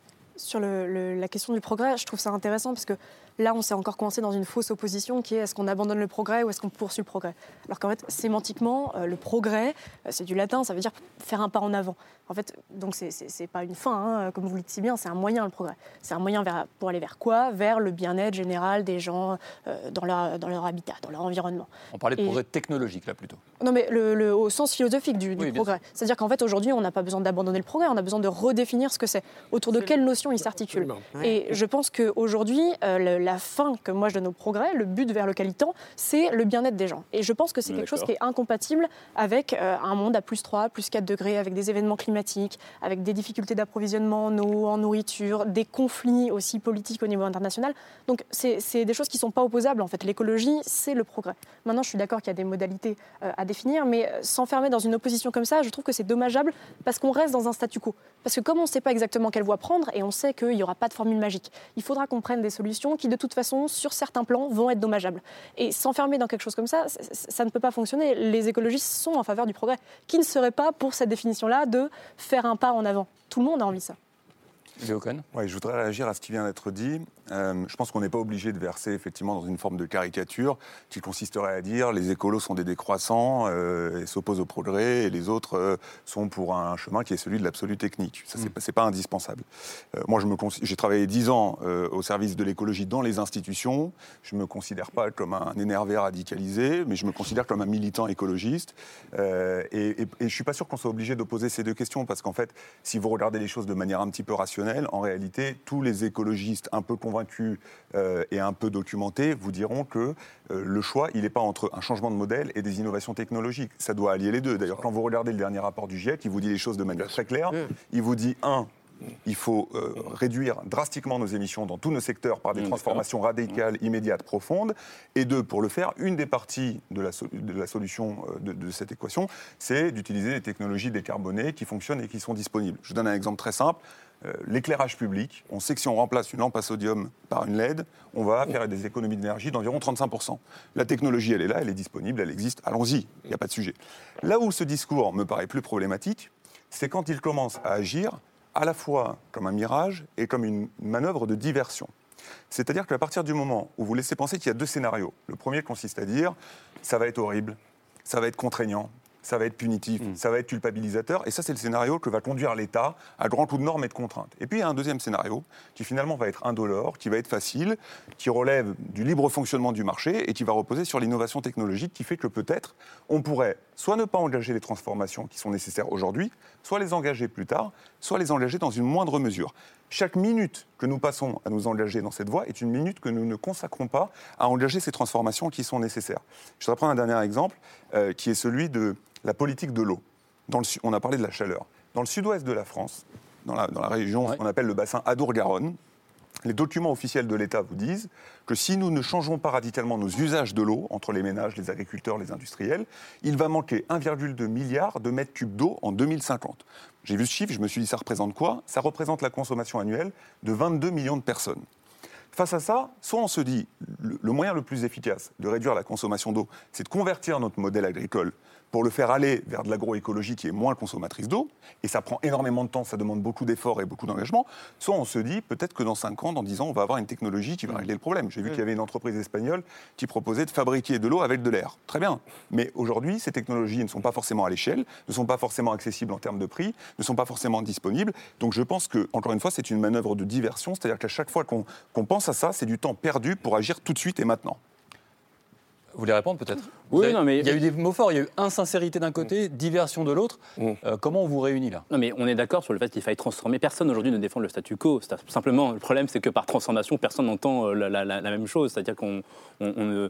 Sur le, le, la question du progrès, je trouve ça intéressant parce que là, on s'est encore coincé dans une fausse opposition qui est est-ce qu'on abandonne le progrès ou est-ce qu'on poursuit le progrès ? Alors qu'en fait, sémantiquement, euh, le progrès, euh, c'est du latin, ça veut dire faire un pas en avant. En fait, donc c'est, c'est, c'est pas une fin, hein, comme vous le dites si bien, c'est un moyen le progrès. C'est un moyen vers, pour aller vers quoi ? Vers le bien-être général des gens euh, dans, leur, dans leur habitat, dans leur environnement. On parlait de Et... progrès technologique là plutôt. Non mais le, le, au sens philosophique du, du oui, progrès. C'est-à-dire qu'en fait aujourd'hui, on n'a pas besoin d'abandonner le progrès, on a besoin de redéfinir ce que c'est. Autour de quelle notion il s'articule. Et je pense qu'aujourd'hui, euh, le, la fin que moi je donne au progrès, le but vers lequel il tend, c'est le bien-être des gens. Et je pense que c'est quelque chose qui est incompatible avec euh, un monde à plus trois, plus quatre degrés, avec des événements climatiques, avec des difficultés d'approvisionnement en eau, en nourriture, des conflits aussi politiques au niveau international. Donc c'est, c'est des choses qui ne sont pas opposables. En fait, l'écologie, c'est le progrès. Maintenant, je suis d'accord qu'il y a des modalités euh, à définir, mais s'enfermer dans une opposition comme ça, je trouve que c'est dommageable parce qu'on reste dans un statu quo. Parce que comme on ne sait pas exactement quelle voie prendre, et on sait qu'il n'y aura pas de formule magique, il faudra qu'on prenne des solutions qui, de toute façon, sur certains plans, vont être dommageables. Et s'enfermer dans quelque chose comme ça, ça, ça ne peut pas fonctionner. Les écologistes sont en faveur du progrès. Qui ne serait pas pour cette définition-là de faire un pas en avant ? Tout le monde a envie de ça. Léo Cohen ? Ouais, je voudrais réagir à ce qui vient d'être dit. Euh, je pense qu'on n'est pas obligé de verser effectivement dans une forme de caricature qui consisterait à dire les écolos sont des décroissants euh, et s'opposent au progrès et les autres euh, sont pour un chemin qui est celui de l'absolu technique. Ça, c'est, mmh. c'est pas indispensable. Euh, moi, je me cons- j'ai travaillé dix ans euh, au service de l'écologie dans les institutions. Je me considère pas comme un énervé radicalisé, mais je me considère comme un militant écologiste. Euh, et, et, et je suis pas sûr qu'on soit obligé d'opposer ces deux questions parce qu'en fait, si vous regardez les choses de manière un petit peu rationnelle, en réalité, tous les écologistes un peu convaincus euh, et un peu documentés vous diront que euh, le choix, il n'est pas entre un changement de modèle et des innovations technologiques. Ça doit allier les deux. D'ailleurs, quand vous regardez le dernier rapport du GIEC, il vous dit les choses de manière très claire. Il vous dit, un, il faut euh, réduire drastiquement nos émissions dans tous nos secteurs par des transformations radicales, immédiates, profondes. Et deux, pour le faire, une des parties de la, so- de la solution euh, de, de cette équation, c'est d'utiliser des technologies décarbonées qui fonctionnent et qui sont disponibles. Je vous donne un exemple très simple. Euh, l'éclairage public, on sait que si on remplace une lampe à sodium par une L E D, on va faire des économies d'énergie d'environ trente-cinq pour cent. La technologie, elle est là, elle est disponible, elle existe, allons-y, il n'y a pas de sujet. Là où ce discours me paraît plus problématique, c'est quand il commence à agir à la fois comme un mirage et comme une manœuvre de diversion. C'est-à-dire qu'à partir du moment où vous laissez penser qu'il y a deux scénarios, le premier consiste à dire « ça va être horrible, ça va être contraignant », ça va être punitif, mmh. ça va être culpabilisateur. Et ça, c'est le scénario que va conduire l'État à grands coups de normes et de contraintes. Et puis, il y a un deuxième scénario qui, finalement, va être indolore, qui va être facile, qui relève du libre fonctionnement du marché et qui va reposer sur l'innovation technologique qui fait que, peut-être, on pourrait soit ne pas engager les transformations qui sont nécessaires aujourd'hui, soit les engager plus tard, soit les engager dans une moindre mesure. Chaque minute que nous passons à nous engager dans cette voie est une minute que nous ne consacrons pas à engager ces transformations qui sont nécessaires. Je voudrais prendre un dernier exemple, euh, qui est celui de la politique de l'eau. Dans le, on a parlé de la chaleur. Dans le sud-ouest de la France, dans la, dans la région ouais. qu'on appelle le bassin Adour-Garonne, les documents officiels de l'État vous disent que si nous ne changeons pas radicalement nos usages de l'eau, entre les ménages, les agriculteurs, les industriels, il va manquer un virgule deux milliard de mètres cubes d'eau en deux mille cinquante. J'ai vu ce chiffre, je me suis dit, ça représente quoi ? Ça représente la consommation annuelle de vingt-deux millions de personnes. Face à ça, soit on se dit, le, le moyen le plus efficace de réduire la consommation d'eau, c'est de convertir notre modèle agricole pour le faire aller vers de l'agroécologie qui est moins consommatrice d'eau, et ça prend énormément de temps, ça demande beaucoup d'efforts et beaucoup d'engagement, soit on se dit, peut-être que dans cinq ans, dans dix ans, on va avoir une technologie qui va régler le problème. J'ai vu qu'il y avait une entreprise espagnole qui proposait de fabriquer de l'eau avec de l'air. Très bien. Mais aujourd'hui, ces technologies ne sont pas forcément à l'échelle, ne sont pas forcément accessibles en termes de prix, ne sont pas forcément disponibles. Donc je pense que, encore une fois, c'est une manœuvre de diversion, c'est-à-dire qu'à chaque fois qu'on, qu'on pense à ça, c'est du temps perdu pour agir tout de suite et maintenant. Vous voulez répondre peut-être ? Oui, avez, non, mais... Il y a eu des mots forts, il y a eu insincérité d'un côté, diversion de l'autre. Mmh. Euh, comment on vous réunit là ? Non, mais on est d'accord sur le fait qu'il faille transformer. Personne aujourd'hui ne défend le statu quo. C'est simplement, le problème, c'est que par transformation, personne n'entend la, la, la, la même chose. C'est-à-dire qu'on on, on,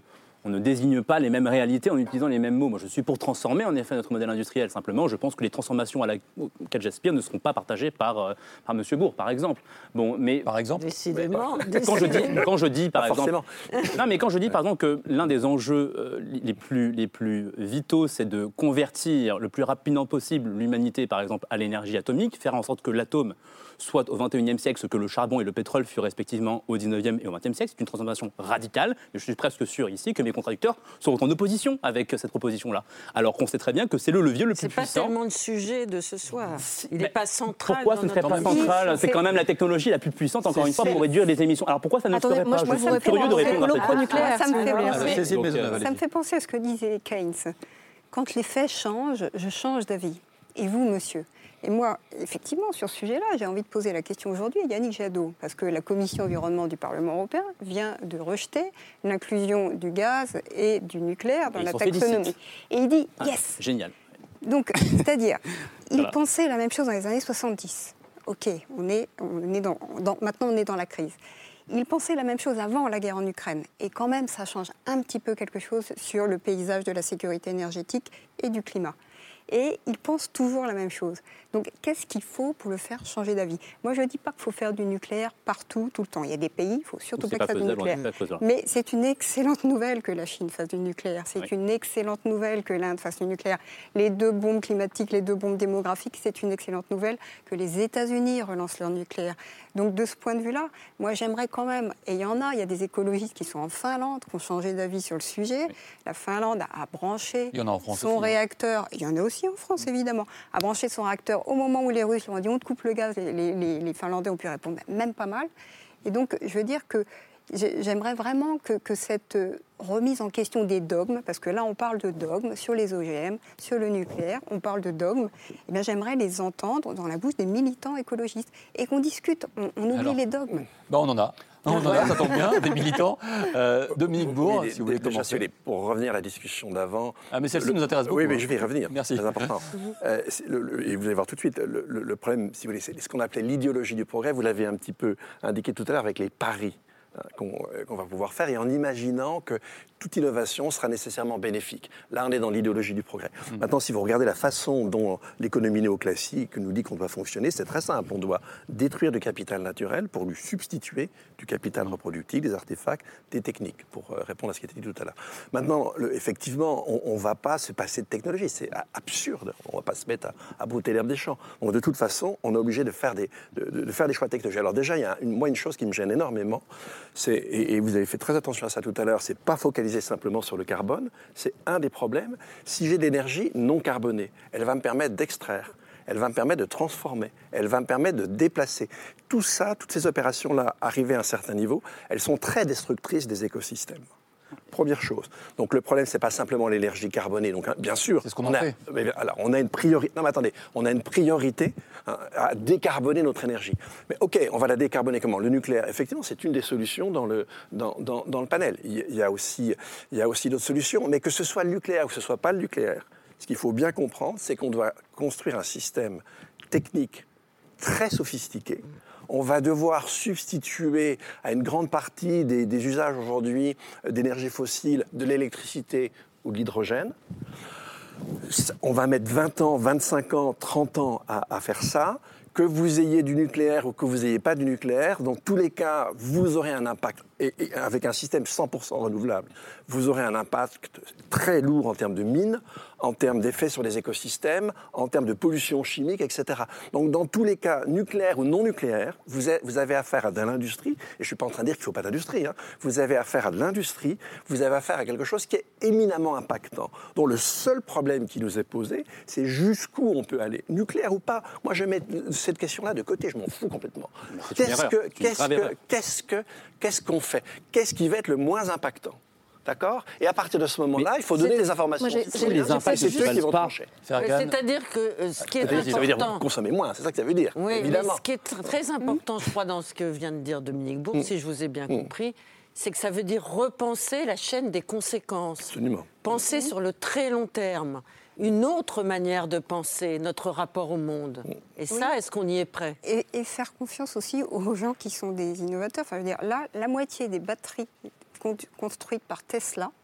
on ne désigne pas les mêmes réalités en utilisant les mêmes mots. Moi, je suis pour transformer en effet notre modèle industriel. Simplement, je pense que les transformations à la, auxquelles j'aspire ne seront pas partagées par, euh, par M. Bourg, par exemple. Bon, mais par exemple, décidément. Quand je dis, quand je dis par pas exemple, forcément. non, mais quand je dis par exemple que l'un des enjeux euh, les plus les plus vitaux, c'est de convertir le plus rapidement possible l'humanité, par exemple, à l'énergie atomique, faire en sorte que l'atome soit au vingt et unième siècle ce que le charbon et le pétrole furent respectivement au dix-neuvième et au vingtième siècle. C'est une transformation radicale, mais je suis presque sûr ici que mes contradicteurs seront en opposition avec cette proposition-là. Alors qu'on sait très bien que c'est le levier le plus c'est puissant. C'est pas tellement le sujet de ce soir. Il n'est pas central. Pourquoi ce ne serait pas central? C'est quand même la technologie la plus puissante, encore une fois, pour réduire les émissions. Alors pourquoi ça ne Attendez, serait moi, pas? je Je suis vous curieux de répondre à cette question. Ça me fait penser- Donc, euh, Ça me fait penser à ce que disait Keynes. Quand les faits changent, je change d'avis. Et vous, monsieur? Et moi, effectivement, sur ce sujet-là, j'ai envie de poser la question aujourd'hui à Yannick Jadot, parce que la Commission environnement du Parlement européen vient de rejeter l'inclusion du gaz et du nucléaire dans Et la il s'en taxonomie. félicite. Et il dit Ah, yes. Génial. Donc, c'est-à-dire, il Voilà. pensait la même chose dans les années soixante-dix. Ok, on est, on est dans, dans- maintenant on est dans la crise. Il pensait la même chose avant la guerre en Ukraine. Et quand même, ça change un petit peu quelque chose sur le paysage de la sécurité énergétique et du climat. Et il pense toujours la même chose. Donc, qu'est-ce qu'il faut pour le faire changer d'avis? Moi, je ne dis pas qu'il faut faire du nucléaire partout, tout le temps. Il y a des pays, il ne faut surtout C'est pas pas que ça soit du faisable, on est nucléaire. pas faisable. Mais c'est une excellente nouvelle que la Chine fasse du nucléaire. C'est Oui. une excellente nouvelle que l'Inde fasse du nucléaire. Les deux bombes climatiques, les deux bombes démographiques, c'est une excellente nouvelle que les États-Unis relancent leur nucléaire. Donc, de ce point de vue-là, moi, j'aimerais quand même, et il y en a, il y a des écologistes qui sont en Finlande, qui ont changé d'avis sur le sujet. Oui. La Finlande a branché Il y en a en France son aussi, hein. réacteur, il y en a aussi en France, évidemment, a branché son réacteur au moment où les Russes lui ont dit on te coupe le gaz, les, les, les Finlandais ont pu répondre même pas mal. Et donc, je veux dire que j'aimerais vraiment que, que cette remise en question des dogmes, parce que là, on parle de dogmes sur les O G M, sur le nucléaire, on parle de dogmes, eh bien, j'aimerais les entendre dans la bouche des militants écologistes et qu'on discute, on, on oublie Alors, les dogmes. Ben, on en a. On en a, ça tombe bien, des militants. Euh, Dominique Bourg, Oui, si vous voulez déjà, commencer. Philippe, pour revenir à la discussion d'avant. Ah, mais celle-ci le- nous intéresse beaucoup. Oui, mais hein. je vais y revenir. Merci. C'est important. Euh, c'est le- le- et vous allez voir tout de suite, le, le- le problème, si vous voulez, c'est ce qu'on appelait l'idéologie du progrès. Vous l'avez un petit peu indiqué tout à l'heure avec les paris hein, qu'on euh, qu'on va pouvoir faire et en imaginant que toute innovation sera nécessairement bénéfique. Là, on est dans l'idéologie du progrès. Mmh. Maintenant, si vous regardez la façon dont l'économie néoclassique nous dit qu'on doit fonctionner, c'est très simple. On doit détruire du capital naturel pour lui substituer du capital reproductif, des artefacts, des techniques, pour euh, répondre à ce qui a été dit tout à l'heure. Maintenant, le- effectivement, on ne va pas se passer de technologie. C'est a- absurde. On ne va pas se mettre à, à brouter l'herbe des champs. Donc, de toute façon, on est obligé de faire des, de, de- de faire des choix technologiques. Alors déjà, il y a une, moi, une chose qui me gêne énormément, c'est, et, et vous avez fait très attention à ça tout à l'heure, c'est pas focaliser simplement sur le carbone. C'est un des problèmes. Si j'ai de l'énergie non carbonée, elle va me permettre d'extraire, elle va me permettre de transformer, elle va me permettre de déplacer. Tout ça, toutes ces opérations-là, arrivées à un certain niveau, elles sont très destructrices des écosystèmes. Première chose. Donc le problème, c'est pas simplement l'énergie carbonée. Donc hein, bien sûr, C'est ce qu'on on en a, fait. mais alors on a une priorité. Non, mais attendez, on a une priorité hein, à décarboner notre énergie. Mais ok, on va la décarboner comment? Le nucléaire, effectivement, c'est une des solutions dans le dans, dans, dans le panel. Il y a aussi il y a aussi d'autres solutions, mais que ce soit le nucléaire ou que ce soit pas le nucléaire, ce qu'il faut bien comprendre, c'est qu'on doit construire un système technique très sophistiqué. On va devoir substituer à une grande partie des, des usages aujourd'hui d'énergie fossile, de l'électricité ou de l'hydrogène. On va mettre vingt ans, vingt-cinq ans, trente ans à, à faire ça. Que vous ayez du nucléaire ou que vous n'ayez pas du nucléaire, dans tous les cas, vous aurez un impact, et, et avec un système cent pour cent renouvelable, vous aurez un impact très lourd en termes de mines, en termes d'effets sur les écosystèmes, en termes de pollution chimique, et cetera. Donc dans tous les cas, nucléaire ou non nucléaire, vous avez, vous avez affaire à de l'industrie, et je ne suis pas en train de dire qu'il ne faut pas d'industrie, hein. Vous avez affaire à de l'industrie, vous avez affaire à quelque chose qui est éminemment impactant, dont le seul problème qui nous est posé, c'est jusqu'où on peut aller, nucléaire ou pas. Moi, je mets cette question-là de côté, je m'en fous complètement. C'est une Qu'est-ce erreur, que, c'est une qu'est-ce grave que, erreur. qu'est-ce que, qu'est-ce qu'on fait? Qu'est-ce qui va être le moins impactant? D'accord? Et à partir de ce moment-là, il faut donner c'est- les informations. moi, j'ai- C'est j'ai- les j'ai- impacts, c'est j'ai- eux qui vont pas. trancher. C'est-à-dire que euh, ce qui est important... Ça veut dire consommer moins, c'est ça que ça veut dire, Oui, évidemment. mais ce qui est tr- très important, je crois, dans ce que vient de dire Dominique Bourg, Mm. si je vous ai bien Mm. compris, c'est que ça veut dire repenser la chaîne des conséquences. Absolument. Penser sur le très long terme, une autre manière de penser notre rapport au monde. Et ça, est-ce qu'on y est prêt? Et, et faire confiance aussi aux gens qui sont des innovateurs. Enfin, je veux dire, là, la moitié des batteries con- construites par Tesla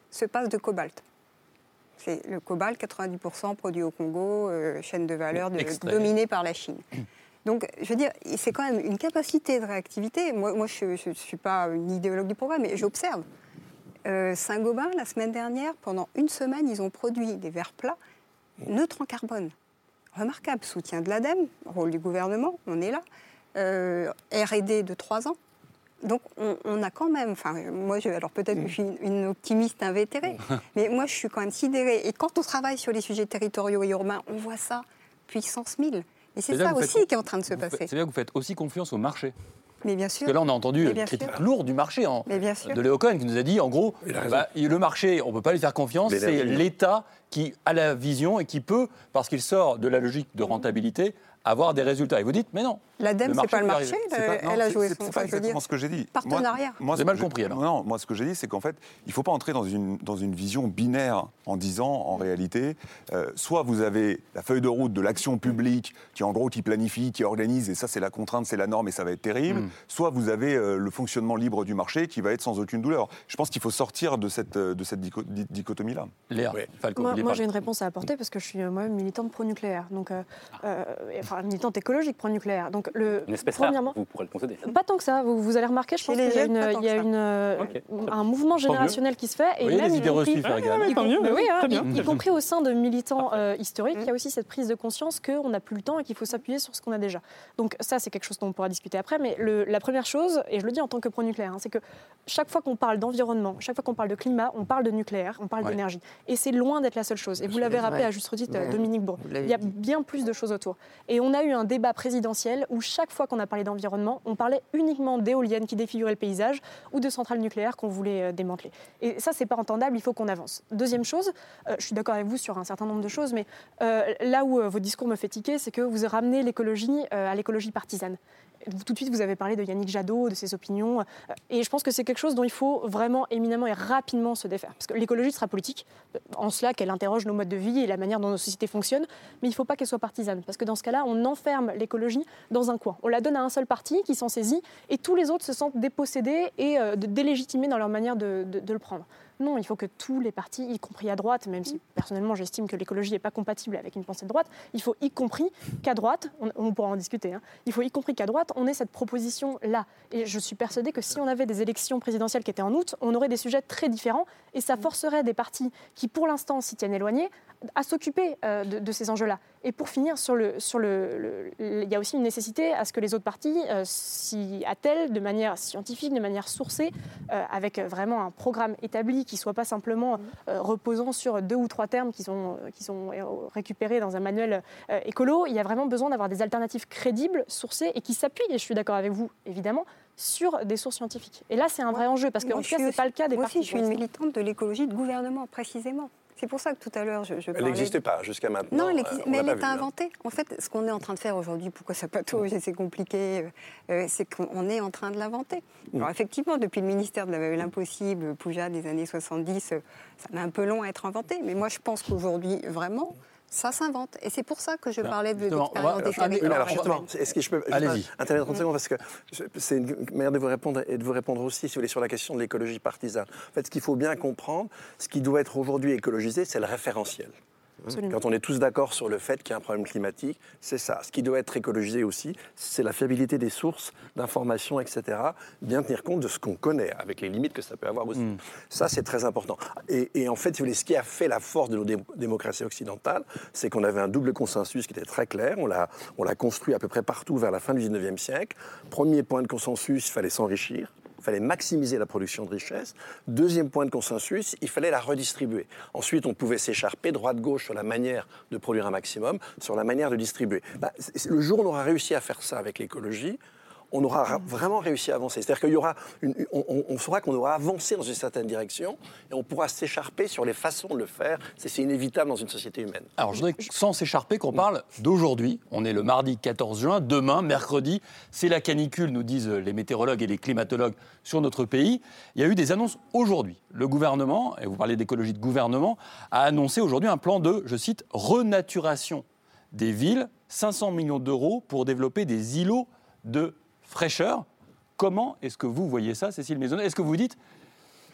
se passe de cobalt. C'est le cobalt, quatre-vingt-dix pour cent produit au Congo, euh, chaîne de valeur de, dominée par la Chine. Donc, je veux dire, c'est quand même une capacité de réactivité. Moi, moi je ne suis pas une idéologue du progrès, mais j'observe. Euh, Saint-Gobain, la semaine dernière, pendant une semaine, ils ont produit des verres plats neutres en carbone. Remarquable, soutien de l'ADEME, rôle du gouvernement, on est là. Euh, R et D de trois ans. Donc, on, on a quand même... Enfin, moi, je, alors peut-être que je suis une, une optimiste invétérée, mais moi, je suis quand même sidérée. Et quand on travaille sur les sujets territoriaux et urbains, on voit ça, puissance mille. Et c'est, c'est ça aussi faites, qui est en train de se passer. C'est bien que vous faites aussi confiance au marché. Mais bien sûr. Parce que là, on a entendu une critique sûr. lourde du marché hein, de Léo Cohen qui nous a dit, en gros, bah, le marché, on ne peut pas lui faire confiance, mais c'est l'État qui a la vision et qui peut, parce qu'il sort de la logique de rentabilité, avoir des résultats. Et vous dites, mais non. L'ADEME, ce n'est pas le marché, elle, pas, non, elle a joué son... C'est, c'est pas exactement ce que j'ai dit. Partenariat. Moi, moi, J'ai mal je, compris, alors. Non, moi, ce que j'ai dit, c'est qu'en fait, il ne faut pas entrer dans une, dans une vision binaire en disant, en réalité, euh, soit vous avez la feuille de route de l'action publique, qui en gros, qui planifie, qui organise, et ça, c'est la contrainte, c'est la norme, et ça va être terrible, mm. soit vous avez euh, le fonctionnement libre du marché, qui va être sans aucune douleur. Je pense qu'il faut sortir de cette, de cette dico- dichotomie-là. Léa, oui. Falco, moi, moi j'ai une réponse à apporter, parce que je suis moi-même militante pro-nucléaire, donc, euh, euh, enfin, militante écologique pro-nucléaire. Donc, le, une espèce premièrement, rare, vous pourrez le concéder. Pas tant que ça, vous, vous allez remarquer, je pense qu'il y a, une, il y a une, okay. un mouvement générationnel qui se fait. Et oui, même les idées reçues, faire égal. Y, y, oui, hein, y, y compris au sein de militants euh, historiques, il y a aussi cette prise de conscience qu'on n'a plus le temps et qu'il faut s'appuyer sur ce qu'on a déjà. Donc ça, c'est quelque chose dont on pourra discuter après. Mais le, la première chose, et je le dis en tant que pro-nucléaire, hein, c'est que chaque fois qu'on parle d'environnement, chaque fois qu'on parle de climat, on parle de nucléaire, on parle ouais. d'énergie. Et c'est loin d'être la seule chose. Et vous l'avez rappelé à juste titre, ouais. Dominique Bourg. Il y a bien plus de choses autour. Et on a eu un débat présidentiel où chaque fois qu'on a parlé d'environnement, on parlait uniquement d'éoliennes qui défiguraient le paysage ou de centrales nucléaires qu'on voulait euh, démanteler. Et ça, c'est pas entendable, il faut qu'on avance. Deuxième chose, euh, je suis d'accord avec vous sur un certain nombre de choses, mais euh, là où euh, votre discours me fait tiquer, c'est que vous ramenez l'écologie euh, à l'écologie partisane. Tout de suite, vous avez parlé de Yannick Jadot, de ses opinions, et je pense que c'est quelque chose dont il faut vraiment éminemment et rapidement se défaire. Parce que l'écologie sera politique, en cela qu'elle interroge nos modes de vie et la manière dont nos sociétés fonctionnent, mais il ne faut pas qu'elle soit partisane, parce que dans ce cas-là, on enferme l'écologie dans un coin. On la donne à un seul parti qui s'en saisit, et tous les autres se sentent dépossédés et euh, délégitimés dans leur manière de, de, de le prendre. Non, il faut que tous les partis, y compris à droite, même si personnellement j'estime que l'écologie n'est pas compatible avec une pensée de droite, il faut y compris qu'à droite, on, on pourra en discuter, hein, il faut y compris qu'à droite, on ait cette proposition-là. Et je suis persuadée que si on avait des élections présidentielles qui étaient en août, on aurait des sujets très différents et ça forcerait des partis qui, pour l'instant, s'y tiennent éloignés, à s'occuper euh, de, de ces enjeux-là. Et pour finir, sur le, sur le, le, le, il y a aussi une nécessité à ce que les autres partis euh, s'y attellent de manière scientifique, de manière sourcée, euh, avec vraiment un programme établi qui ne soit pas simplement euh, reposant sur deux ou trois termes qui sont, qui sont récupérés dans un manuel euh, écolo. Il y a vraiment besoin d'avoir des alternatives crédibles, sourcées et qui s'appuient, et je suis d'accord avec vous, évidemment, sur des sources scientifiques. Et là, c'est un vrai enjeu, parce qu'en tout cas, ce n'est pas le cas des moi partis. Moi aussi, je suis une militante de l'écologie de gouvernement, précisément. C'est pour ça que tout à l'heure, je, je Elle n'existait pas jusqu'à maintenant. Non, elle existe, euh, mais elle est hein. inventée. En fait, ce qu'on est en train de faire aujourd'hui, pourquoi ça patauge et c'est compliqué, euh, c'est qu'on est en train de l'inventer. Mmh. Alors effectivement, depuis le ministère de l'impossible, Poujade des années soixante-dix, euh, ça met un peu long à être inventé. Mais moi, je pense qu'aujourd'hui, vraiment, ça s'invente. Et c'est pour ça que je parlais de l'expérience des territoires. Alors justement, est-ce que je peux intervenir trente secondes, parce que c'est une manière de vous répondre et de vous répondre aussi, si vous voulez, sur la question de l'écologie partisane. En fait, ce qu'il faut bien comprendre, ce qui doit être aujourd'hui écologisé, c'est le référentiel. Absolument. Quand on est tous d'accord sur le fait qu'il y a un problème climatique, c'est ça. Ce qui doit être écologisé aussi, c'est la fiabilité des sources d'informations, et cetera. Bien tenir compte de ce qu'on connaît, avec les limites que ça peut avoir aussi. Mm. Ça, c'est très important. Et, et en fait, si vous voulez, ce qui a fait la force de nos dé- démocraties occidentales, c'est qu'on avait un double consensus qui était très clair. On l'a, on l'a construit à peu près partout vers la fin du dix-neuvième siècle. Premier point de consensus, il fallait s'enrichir. Il fallait maximiser la production de richesse. Deuxième point de consensus, il fallait la redistribuer. Ensuite, on pouvait s'écharper droite-gauche sur la manière de produire un maximum, sur la manière de distribuer. Bah, le jour où on aura réussi à faire ça avec l'écologie, on aura vraiment réussi à avancer. C'est-à-dire qu'il y aura une, on, on saura qu'on aura avancé dans une certaine direction et on pourra s'écharper sur les façons de le faire. C'est, c'est inévitable dans une société humaine. Alors, je voudrais, sans s'écharper, qu'on parle d'aujourd'hui. On est le mardi quatorze juin. Demain, mercredi, c'est la canicule, nous disent les météorologues et les climatologues sur notre pays. Il y a eu des annonces aujourd'hui. Le gouvernement, et vous parlez d'écologie de gouvernement, a annoncé aujourd'hui un plan de, je cite, renaturation des villes, cinq cents millions d'euros pour développer des îlots de fraîcheur. Comment est-ce que vous voyez ça, Cécile Maisonneuve ? Est-ce que vous dites,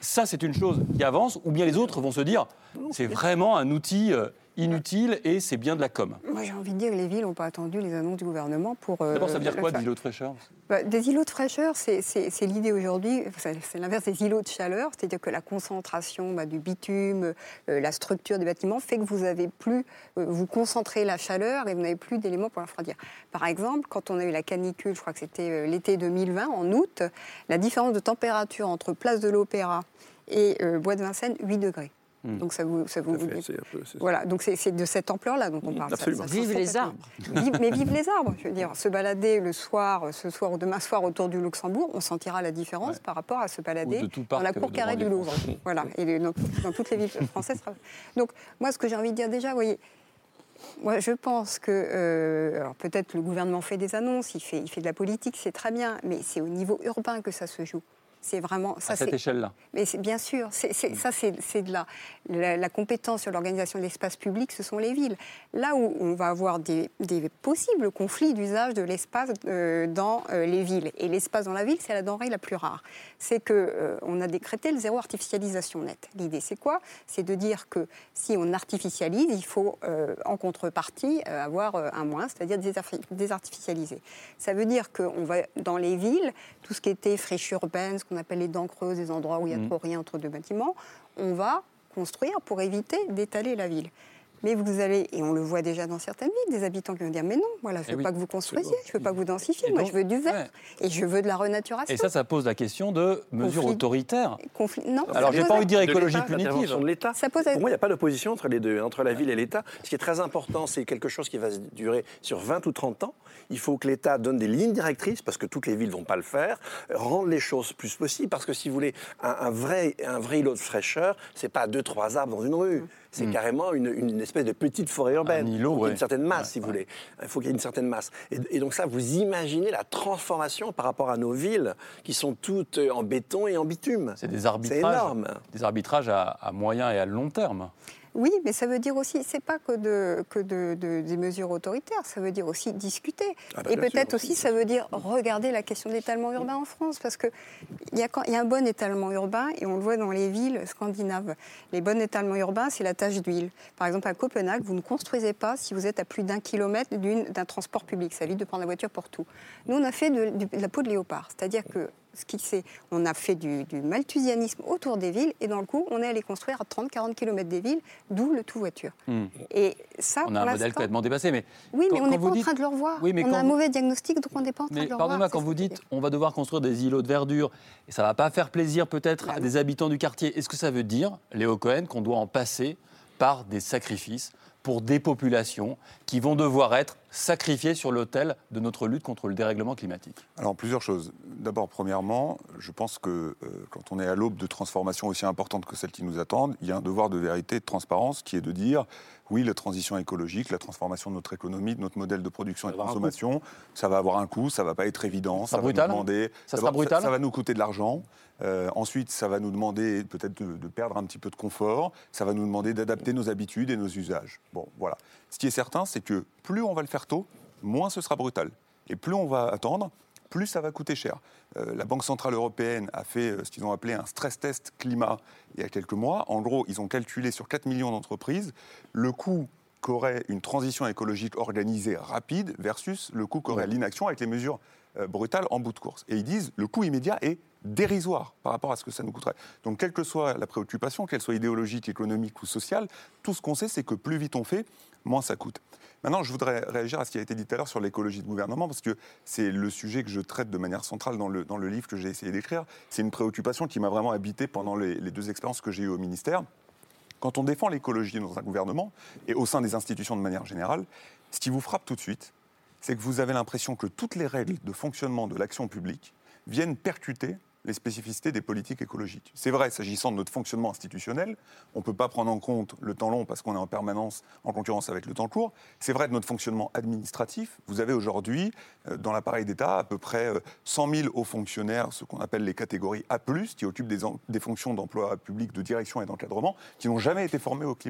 ça, c'est une chose qui avance, ou bien les autres vont se dire, c'est vraiment un outil euh, inutile et c'est bien de la com. Moi, j'ai envie de dire que les villes n'ont pas attendu les annonces du gouvernement pour... Euh, D'abord, ça veut dire quoi, fa... des îlots de fraîcheur? bah, Des îlots de fraîcheur, c'est, c'est, c'est l'idée aujourd'hui, c'est l'inverse des îlots de chaleur, c'est-à-dire que la concentration bah, du bitume, euh, la structure des bâtiments fait que vous avez plus, euh, vous concentrez la chaleur et vous n'avez plus d'éléments pour la refroidir. Par exemple, quand on a eu la canicule, je crois que c'était euh, l'été deux mille vingt, en août, la différence de température entre Place de l'Opéra et euh, Bois de Vincennes, huit degrés. Donc ça vous, ça vous, fait, c'est un peu, c'est voilà. Donc c'est, c'est de cette ampleur-là dont on parle. Absolument. Ça, ça vive les arbres. Vive, mais vive les arbres. Je veux dire, se balader le soir, ce soir ou demain soir autour du Luxembourg, on sentira la différence ouais. par rapport à se balader dans la cour carrée du Louvre. Voilà. Et dans, dans toutes les villes françaises. Donc moi, ce que j'ai envie de dire déjà, vous voyez. Moi, je pense que, euh, alors peut-être le gouvernement fait des annonces, il fait, il fait de la politique, c'est très bien, mais c'est au niveau urbain que ça se joue. C'est vraiment ça. À cette c'est, échelle-là. Mais c'est, bien sûr, c'est, c'est, mmh. ça c'est, c'est de la, la, la compétence sur l'organisation de l'espace public, ce sont les villes. Là où on va avoir des, des possibles conflits d'usage de l'espace euh, dans euh, les villes, et l'espace dans la ville, c'est la denrée la plus rare. C'est qu'on euh, a décrété le zéro artificialisation nette. L'idée, c'est quoi? C'est de dire que si on artificialise, il faut euh, en contrepartie euh, avoir euh, un moins, c'est-à-dire désartificialiser. Ça veut dire qu'on va dans les villes, tout ce qui était friche urbaine, ce qu'on appelle les dents creuses, des endroits où il n'y a mmh. trop rien entre deux bâtiments, on va construire pour éviter d'étaler la ville. Mais vous allez, et on le voit déjà dans certaines villes, des habitants qui vont dire « Mais non, voilà, je ne veux oui, pas que vous construisiez, je ne veux pas que vous densifiez, moi donc, je veux du vert, ouais. et je veux de la renaturation. » Et ça, ça pose la question de mesures conflit, autoritaires. Conflit, non, alors, je n'ai pas envie de dire écologie de punitive. De l'État. Ça pose Pour moi, il n'y a pas d'opposition entre les deux, entre la ville et l'État. Ce qui est très important, c'est quelque chose qui va durer sur vingt ou trente ans. Il faut que l'État donne des lignes directrices, parce que toutes les villes ne vont pas le faire, rendre les choses plus possibles, parce que si vous voulez, un, un, vrai, un vrai îlot de fraîcheur, ce n'est pas deux, trois arbres dans une rue. C'est mmh. carrément une, une espèce de petite forêt urbaine. Un îlot, il faut qu'il y ait ouais. une certaine masse, ouais, si vous ouais. voulez. Il faut qu'il y ait une certaine masse. Et, et donc ça, vous imaginez la transformation par rapport à nos villes, qui sont toutes en béton et en bitume. C'est des arbitrages, c'est énorme. Des arbitrages à, à moyen et à long terme. Oui, mais ça veut dire aussi, c'est pas que, de, que de, de, des mesures autoritaires, ça veut dire aussi discuter. Ah bah et peut-être sûr, aussi, aussi, ça veut dire regarder la question de l'étalement urbain en France, parce qu'il y, y a un bon étalement urbain, et on le voit dans les villes scandinaves. Les bons étalements urbains, c'est la tache d'huile. Par exemple, à Copenhague, vous ne construisez pas si vous êtes à plus d'un kilomètre d'une, d'un transport public. Ça évite de prendre la voiture pour tout. Nous, on a fait de, de, de la peau de léopard, c'est-à-dire que ce qui c'est, on a fait du, du malthusianisme autour des villes et dans le coup, on est allé construire à trente à quarante kilomètres des villes, d'où le tout-voiture. Mmh. Et ça, on a un modèle complètement dépassé. Mais oui, mais quand, on n'est pas dites... en train de le revoir. Oui, mais on a un vous... mauvais diagnostic, donc on n'est pas en train mais de le revoir. Pardonnez-moi, quand vous dites on va devoir construire des îlots de verdure, et ça ne va pas faire plaisir peut-être bah, à des habitants du quartier, est-ce que ça veut dire, Léo Cohen, qu'on doit en passer par des sacrifices pour des populations qui vont devoir être sacrifiées sur l'autel de notre lutte contre le dérèglement climatique? Alors, plusieurs choses. D'abord, premièrement, je pense que euh, quand on est à l'aube de transformations aussi importantes que celles qui nous attendent, il y a un devoir de vérité et de transparence qui est de dire oui, la transition écologique, la transformation de notre économie, de notre modèle de production et de consommation, ça va avoir un coût, ça ne va pas être évident, ça, ça va brutal, nous demander, ça, sera brutal. Ça, ça va nous coûter de l'argent. Euh, ensuite, ça va nous demander peut-être de, de perdre un petit peu de confort, ça va nous demander d'adapter nos habitudes et nos usages. Bon, voilà. Ce qui est certain, c'est que plus on va le faire tôt, moins ce sera brutal. Et plus on va attendre, plus ça va coûter cher. Euh, la Banque Centrale Européenne a fait euh, ce qu'ils ont appelé un stress test climat il y a quelques mois. En gros, ils ont calculé sur quatre millions d'entreprises le coût qu'aurait une transition écologique organisée rapide versus le coût qu'aurait l'inaction avec les mesures euh, brutales en bout de course. Et ils disent le coût immédiat est dérisoire par rapport à ce que ça nous coûterait. Donc, quelle que soit la préoccupation, qu'elle soit idéologique, économique ou sociale, tout ce qu'on sait, c'est que plus vite on fait, moins ça coûte. Maintenant, je voudrais réagir à ce qui a été dit tout à l'heure sur l'écologie de gouvernement, parce que c'est le sujet que je traite de manière centrale dans le, dans le livre que j'ai essayé d'écrire. C'est une préoccupation qui m'a vraiment habité pendant les, les deux expériences que j'ai eues au ministère. Quand on défend l'écologie dans un gouvernement, et au sein des institutions de manière générale, ce qui vous frappe tout de suite, c'est que vous avez l'impression que toutes les règles de fonctionnement de l'action publique viennent percuter les spécificités des politiques écologiques. C'est vrai, s'agissant de notre fonctionnement institutionnel, on ne peut pas prendre en compte le temps long parce qu'on est en permanence en concurrence avec le temps court. C'est vrai de notre fonctionnement administratif. Vous avez aujourd'hui, euh, dans l'appareil d'État, à peu près euh, cent mille hauts fonctionnaires, ce qu'on appelle les catégories A plus, qui occupent des, en- des fonctions d'emploi public, de direction et d'encadrement, qui n'ont jamais été formés au climat.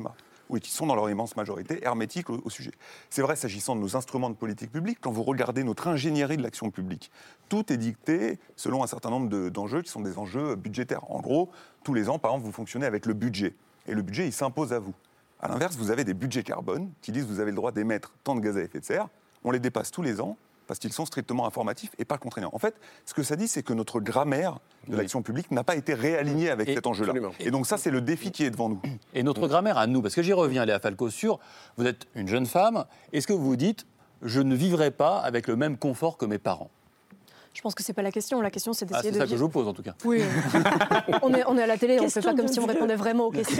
ou qui sont dans leur immense majorité hermétiques au, au sujet. C'est vrai s'agissant de nos instruments de politique publique, quand vous regardez notre ingénierie de l'action publique, tout est dicté selon un certain nombre de, d'enjeux qui sont des enjeux budgétaires. En gros, tous les ans, par exemple, vous fonctionnez avec le budget. Et le budget, il s'impose à vous. À l'inverse, vous avez des budgets carbone qui disent que vous avez le droit d'émettre tant de gaz à effet de serre. On les dépasse tous les ans parce qu'ils sont strictement informatifs et pas contraignants. En fait, ce que ça dit, c'est que notre grammaire de oui. l'action publique n'a pas été réalignée avec et, cet enjeu-là. Absolument. Et donc ça, c'est le défi qui est devant nous. Et notre grammaire à nous, parce que j'y reviens, Léa Falco, sur, vous êtes une jeune femme, est-ce que vous vous dites, je ne vivrai pas avec le même confort que mes parents ? Je pense que c'est pas la question. La question, c'est d'essayer ah, c'est de. C'est ça vivre... que je vous pose, en tout cas. Oui. on, est, on est à la télé, question on ne fait pas comme si on répondait vraiment aux questions.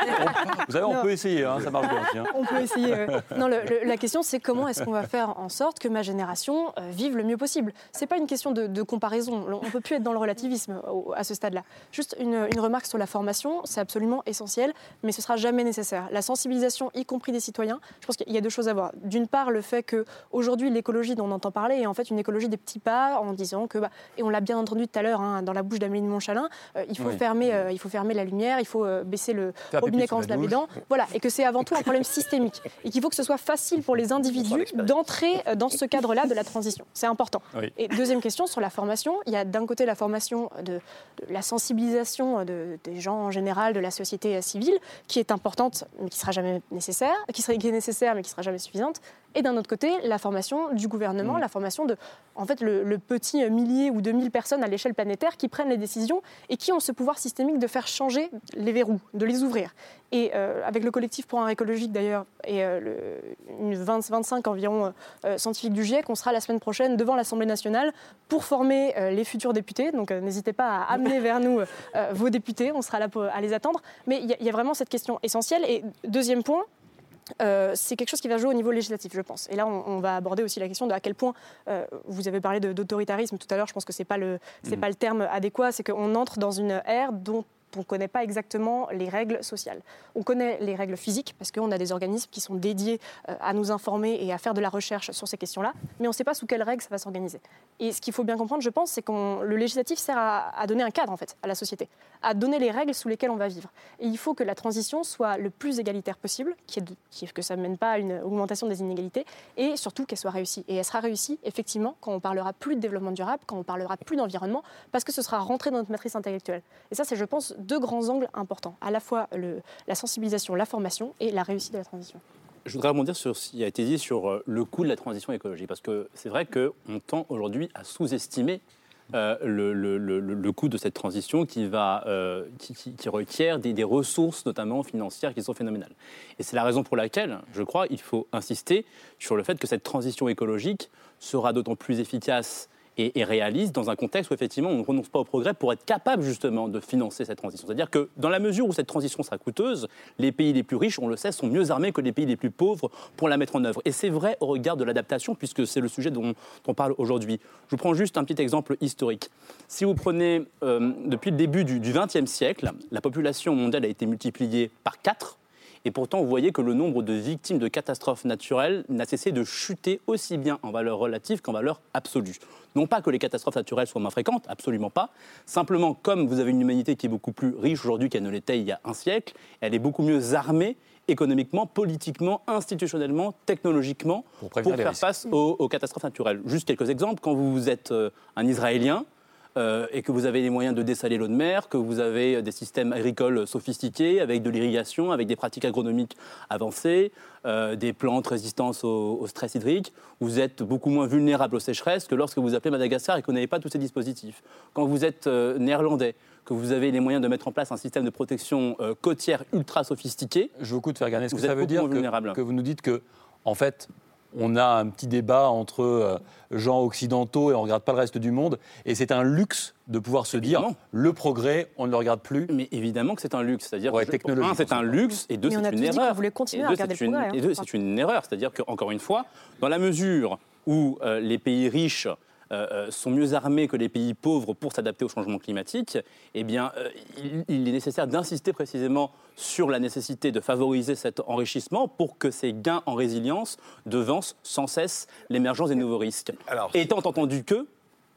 Vous savez, on non. peut essayer, hein, ça marche bien aussi. Hein. On peut essayer. Euh... Non, le, le, la question, c'est comment est-ce qu'on va faire en sorte que ma génération euh, vive le mieux possible. C'est pas une question de, de comparaison. On peut plus être dans le relativisme au, à ce stade-là. Juste une, une remarque sur la formation, c'est absolument essentiel, mais ce sera jamais nécessaire. La sensibilisation, y compris des citoyens, je pense qu'il y a deux choses à voir. D'une part, le fait que aujourd'hui l'écologie dont on entend parler est en fait une écologie des petits pas, en disant que, bah, et on l'a bien entendu tout à l'heure hein, dans la bouche d'Amélie de Montchalin, euh, il, faut oui. fermer, euh, il faut fermer la lumière, il faut euh, baisser le Faire robinet quand on se lave les dents, voilà, et que c'est avant tout un problème systémique et qu'il faut que ce soit facile pour les individus d'entrer euh, dans ce cadre-là de la transition. C'est important. Oui. Et deuxième question, sur la formation, il y a d'un côté la formation de, de la sensibilisation de, des gens en général, de la société civile, qui est importante mais qui ne sera jamais nécessaire, qui, serait, qui est nécessaire mais qui ne sera jamais suffisante. Et d'un autre côté, la formation du gouvernement, mmh. la formation de, en fait, le, le petit millier ou deux mille personnes à l'échelle planétaire qui prennent les décisions et qui ont ce pouvoir systémique de faire changer les verrous, de les ouvrir. Et euh, avec le collectif pour un écologique d'ailleurs et euh, le, une vingt, vingt-cinq environ euh, scientifiques du GIEC, on sera la semaine prochaine devant l'Assemblée nationale pour former euh, les futurs députés. Donc euh, n'hésitez pas à amener vers nous euh, vos députés, on sera là pour, à les attendre. Mais il y, y a vraiment cette question essentielle. Et deuxième point, Euh, c'est quelque chose qui va jouer au niveau législatif, je pense. Et là, on, on va aborder aussi la question de à quel point, euh, vous avez parlé de, d'autoritarisme tout à l'heure, je pense que ce n'est pas, mmh. pas le terme adéquat, c'est qu'on entre dans une ère dont on ne connaît pas exactement les règles sociales. On connaît les règles physiques parce qu'on a des organismes qui sont dédiés à nous informer et à faire de la recherche sur ces questions-là, mais on ne sait pas sous quelles règles ça va s'organiser. Et ce qu'il faut bien comprendre, je pense, c'est que le législatif sert à, à donner un cadre en fait, à la société, à donner les règles sous lesquelles on va vivre. Et il faut que la transition soit le plus égalitaire possible, qu'il y ait de, qu'il y ait, que ça ne mène pas à une augmentation des inégalités, et surtout qu'elle soit réussie. Et elle sera réussie, effectivement, quand on parlera plus de développement durable, quand on parlera plus d'environnement, parce que ce sera rentré dans notre matrice intellectuelle. Et ça, c'est, je pense, deux grands angles importants, à la fois le, la sensibilisation, la formation et la réussite de la transition. Je voudrais rebondir sur ce qui a été dit sur le coût de la transition écologique, parce que c'est vrai qu'on tend aujourd'hui à sous-estimer euh, le, le, le, le coût de cette transition qui, va, euh, qui, qui, qui requiert des, des ressources, notamment financières, qui sont phénoménales. Et c'est la raison pour laquelle, je crois, il faut insister sur le fait que cette transition écologique sera d'autant plus efficace Et, et réaliste dans un contexte où effectivement on ne renonce pas au progrès pour être capable justement de financer cette transition. C'est-à-dire que dans la mesure où cette transition sera coûteuse, les pays les plus riches, on le sait, sont mieux armés que les pays les plus pauvres pour la mettre en œuvre. Et c'est vrai au regard de l'adaptation, puisque c'est le sujet dont, dont on parle aujourd'hui. Je vous prends juste un petit exemple historique. Si vous prenez euh, depuis le début du vingtième siècle, la population mondiale a été multipliée par quatre. Et pourtant, vous voyez que le nombre de victimes de catastrophes naturelles n'a cessé de chuter aussi bien en valeur relative qu'en valeur absolue. Non pas que les catastrophes naturelles soient moins fréquentes, absolument pas. Simplement, comme vous avez une humanité qui est beaucoup plus riche aujourd'hui qu'elle ne l'était il y a un siècle, elle est beaucoup mieux armée économiquement, politiquement, institutionnellement, technologiquement, pour, pour faire face aux, aux catastrophes naturelles. Juste quelques exemples. Quand vous êtes euh, un Israélien, Euh, et que vous avez les moyens de dessaler l'eau de mer, que vous avez des systèmes agricoles sophistiqués, avec de l'irrigation, avec des pratiques agronomiques avancées, euh, des plantes résistantes au, au stress hydrique, vous êtes beaucoup moins vulnérable aux sécheresses que lorsque vous appelez Madagascar et que vous n'avez pas tous ces dispositifs. Quand vous êtes euh, néerlandais, que vous avez les moyens de mettre en place un système de protection euh, côtière ultra sophistiqué, je vous écoute faire gagner. Est-ce que vous ça veut dire que, que vous nous dites que, en fait, on a un petit débat entre euh, gens occidentaux et on ne regarde pas le reste du monde. Et c'est un luxe de pouvoir se évidemment. dire le progrès, on ne le regarde plus. Mais évidemment que c'est un luxe. C'est-à-dire ouais, que, je, un, c'est un luxe, et deux, mais c'est une erreur. Dit qu'on voulait continuer et à deux, regarder c'est le une, progrès. Et deux, c'est une erreur. C'est-à-dire qu'encore une fois, dans la mesure où euh, les pays riches Euh, sont mieux armés que les pays pauvres pour s'adapter au changement climatique, eh bien, euh, il, il est nécessaire d'insister précisément sur la nécessité de favoriser cet enrichissement pour que ces gains en résilience devancent sans cesse l'émergence des nouveaux risques. Alors, étant entendu que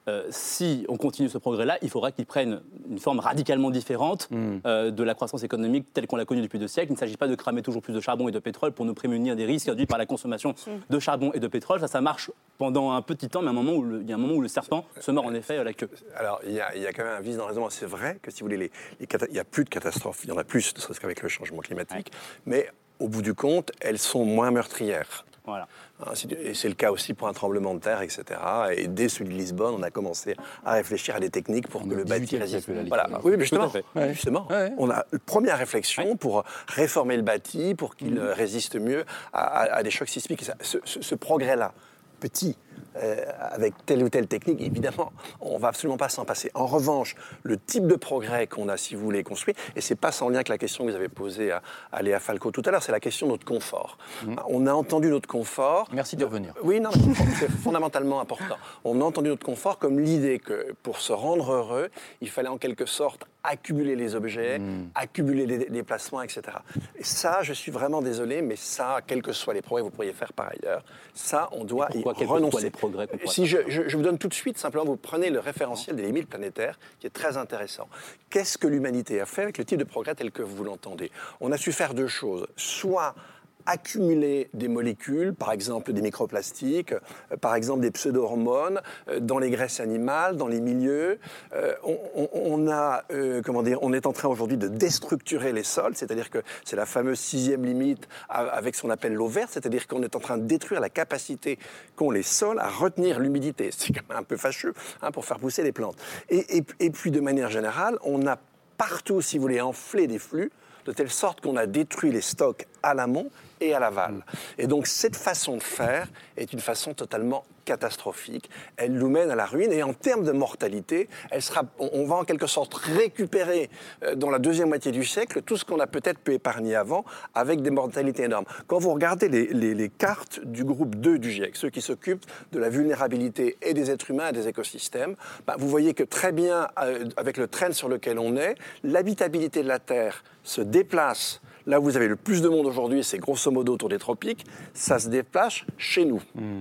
euh, si on continue ce progrès-là, il faudra qu'il prenne une forme radicalement différente mm. euh, de la croissance économique telle qu'on l'a connue depuis deux siècles. Il ne s'agit pas de cramer toujours plus de charbon et de pétrole pour nous prémunir des risques induits par la consommation mm. de charbon et de pétrole. Ça, ça marche pendant un petit temps, mais à un moment où le, il y a un moment où le serpent se mord en effet la queue. Alors, il y a, il y a quand même un vice dans le raisonnement. C'est vrai que si vous voulez, les, les cata- il n'y a plus de catastrophes. Il y en a plus, ne serait-ce qu'avec le changement climatique. Ouais. Mais au bout du compte, elles sont moins meurtrières. Voilà. Et c'est le cas aussi pour un tremblement de terre, et cetera. Et dès celui de Lisbonne, on a commencé à réfléchir à des techniques pour on que le bâti résiste. Voilà. Oui, mais justement, ouais. justement ouais. on a une première réflexion ouais. pour réformer le bâti, pour qu'il mmh. résiste mieux à, à, à des chocs sismiques. Et ça, ce, ce, ce progrès-là, petit, euh, avec telle ou telle technique, évidemment, on ne va absolument pas s'en passer. En revanche, le type de progrès qu'on a, si vous voulez, construit, et ce n'est pas sans lien avec la question que vous avez posée à, à Léa Falco tout à l'heure, c'est la question de notre confort. Mmh. On a entendu notre confort... Merci de revenir. Oui, non, c'est fondamentalement important. On a entendu notre confort comme l'idée que, pour se rendre heureux, il fallait en quelque sorte accumuler les objets, mmh. accumuler les déplacements, et cetera. Et ça, je suis vraiment désolé, mais ça, quels que soient les progrès que vous pourriez faire par ailleurs, ça, on doit y renoncer. Les progrès si je, je, je vous donne tout de suite, simplement, vous prenez le référentiel des limites planétaires, qui est très intéressant. Qu'est-ce que l'humanité a fait avec le type de progrès tel que vous l'entendez ? On a su faire deux choses. Soit accumuler des molécules, par exemple des microplastiques, euh, par exemple des pseudo-hormones, euh, dans les graisses animales, dans les milieux. Euh, on, on, on, a, euh, comment dire, on est en train aujourd'hui de déstructurer les sols, c'est-à-dire que c'est la fameuse sixième limite avec ce qu'on appelle l'eau verte, c'est-à-dire qu'on est en train de détruire la capacité qu'ont les sols à retenir l'humidité. C'est quand même un peu fâcheux hein, pour faire pousser les plantes. Et, et, et puis, de manière générale, on a partout, si vous voulez, enflé des flux, de telle sorte qu'on a détruit les stocks à l'amont et à l'aval. Et donc cette façon de faire est une façon totalement catastrophique. Elle nous mène à la ruine et en termes de mortalité, elle sera, on va en quelque sorte récupérer euh, dans la deuxième moitié du siècle tout ce qu'on a peut-être pu épargner avant avec des mortalités énormes. Quand vous regardez les, les, les cartes du groupe deux du GIEC, ceux qui s'occupent de la vulnérabilité et des êtres humains et des écosystèmes, bah, vous voyez que très bien, euh, avec le trend sur lequel on est, l'habitabilité de la Terre se déplace. Là où vous avez le plus de monde aujourd'hui, c'est grosso modo autour des tropiques, ça se déplace chez nous. Mmh.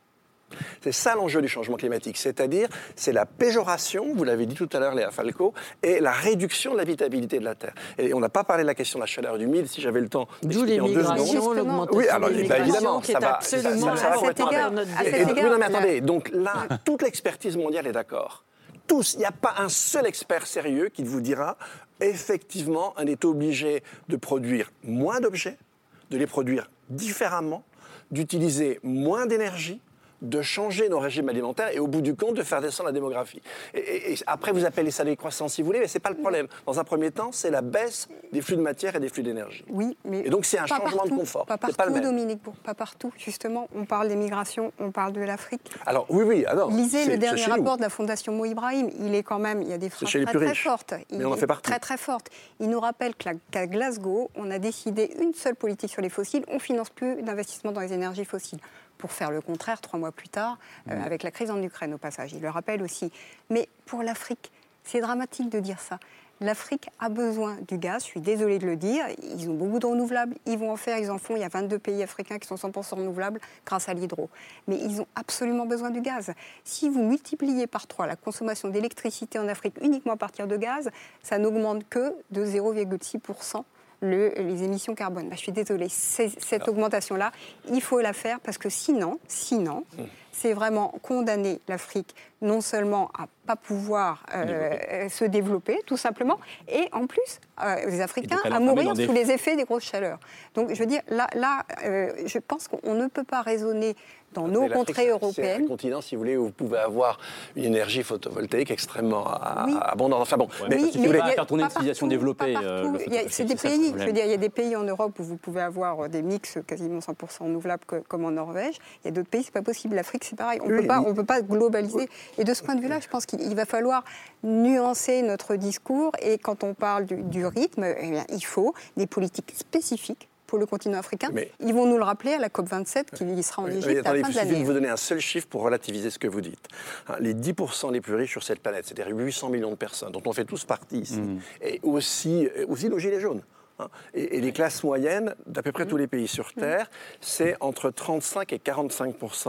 C'est ça l'enjeu du changement climatique, c'est-à-dire c'est la péjoration, vous l'avez dit tout à l'heure Léa Falco, et la réduction de l'habitabilité de la Terre. Et on n'a pas parlé de la question de la chaleur et du mille, si j'avais le temps d'expliquer en deux secondes. L'augmentation oui, alors des bah, évidemment, qui ça est va, absolument ça, ça, ça va à égard, notre et, et, oui, non, mais attendez, donc là, toute l'expertise mondiale est d'accord. Tous, il n'y a pas un seul expert sérieux qui vous dira effectivement, on est obligé de produire moins d'objets, de les produire différemment, d'utiliser moins d'énergie, de changer nos régimes alimentaires et au bout du compte de faire descendre la démographie. Et, et, et après vous appelez ça décroissance si vous voulez, mais c'est pas le problème. Dans un premier temps, c'est la baisse des flux de matière et des flux d'énergie. Oui, mais et donc c'est un changement partout, de confort. Pas partout, pas le même. Dominique, pas partout. Justement, on parle des migrations, on parle de l'Afrique. Alors oui, oui. Alors lisez le dernier rapport de la Fondation Mo Ibrahim. Il est quand même, il y a des phrases très très fortes. Il mais on en fait partie. Très très fortes. Il nous rappelle que la, qu'à Glasgow, on a décidé une seule politique sur les fossiles. On finance plus d'investissement dans les énergies fossiles. Pour faire le contraire, trois mois plus tard, euh, mmh. avec la crise en Ukraine, au passage. Il le rappelle aussi. Mais pour l'Afrique, c'est dramatique de dire ça. L'Afrique a besoin du gaz, je suis désolée de le dire. Ils ont beaucoup de renouvelables, ils vont en faire, ils en font. Il y a vingt-deux pays africains qui sont cent pour cent renouvelables grâce à l'hydro. Mais ils ont absolument besoin du gaz. Si vous multipliez par trois la consommation d'électricité en Afrique uniquement à partir de gaz, ça n'augmente que de zéro virgule six pour cent. Le, les émissions carbone. Bah, je suis désolée, c'est, cette Alors. augmentation-là, il faut la faire parce que sinon, sinon, mmh. c'est vraiment condamner l'Afrique non seulement à ne pas pouvoir euh, se développer, tout simplement, et en plus, euh, les Africains à mourir sous des... les effets des grosses chaleurs. Donc, je veux dire, là, là euh, je pense qu'on ne peut pas raisonner dans nos mais contrées européennes. C'est un continent, si vous voulez, où vous pouvez avoir une énergie photovoltaïque extrêmement oui. abondante. Enfin bon, mais, oui, si vous voulez faire tourner une civilisation développée. Euh, c'est des pays, je veux dire, il y a des pays en Europe où vous pouvez avoir des mix quasiment cent pour cent renouvelables que, comme en Norvège. Il y a d'autres pays, c'est pas possible. L'Afrique, c'est pareil. On oui, ne peut pas globaliser. Oui. Et de ce point de vue-là, je pense qu'il va falloir nuancer notre discours. Et quand on parle du, du rythme, eh bien, il faut des politiques spécifiques pour le continent africain. Mais, Ils vont nous le rappeler à la COP vingt-sept qui sera en Égypte oui, à la fin de l'année. Je vais vous donner un seul chiffre pour relativiser ce que vous dites. Les dix pour cent les plus riches sur cette planète, c'est-à-dire huit cents millions de personnes, dont on fait tous partie ici, mmh. et aussi, aussi nos gilets jaunes. Et, et les classes moyennes d'à peu près mmh. tous les pays sur Terre, mmh. c'est entre trente-cinq et quarante-cinq pour cent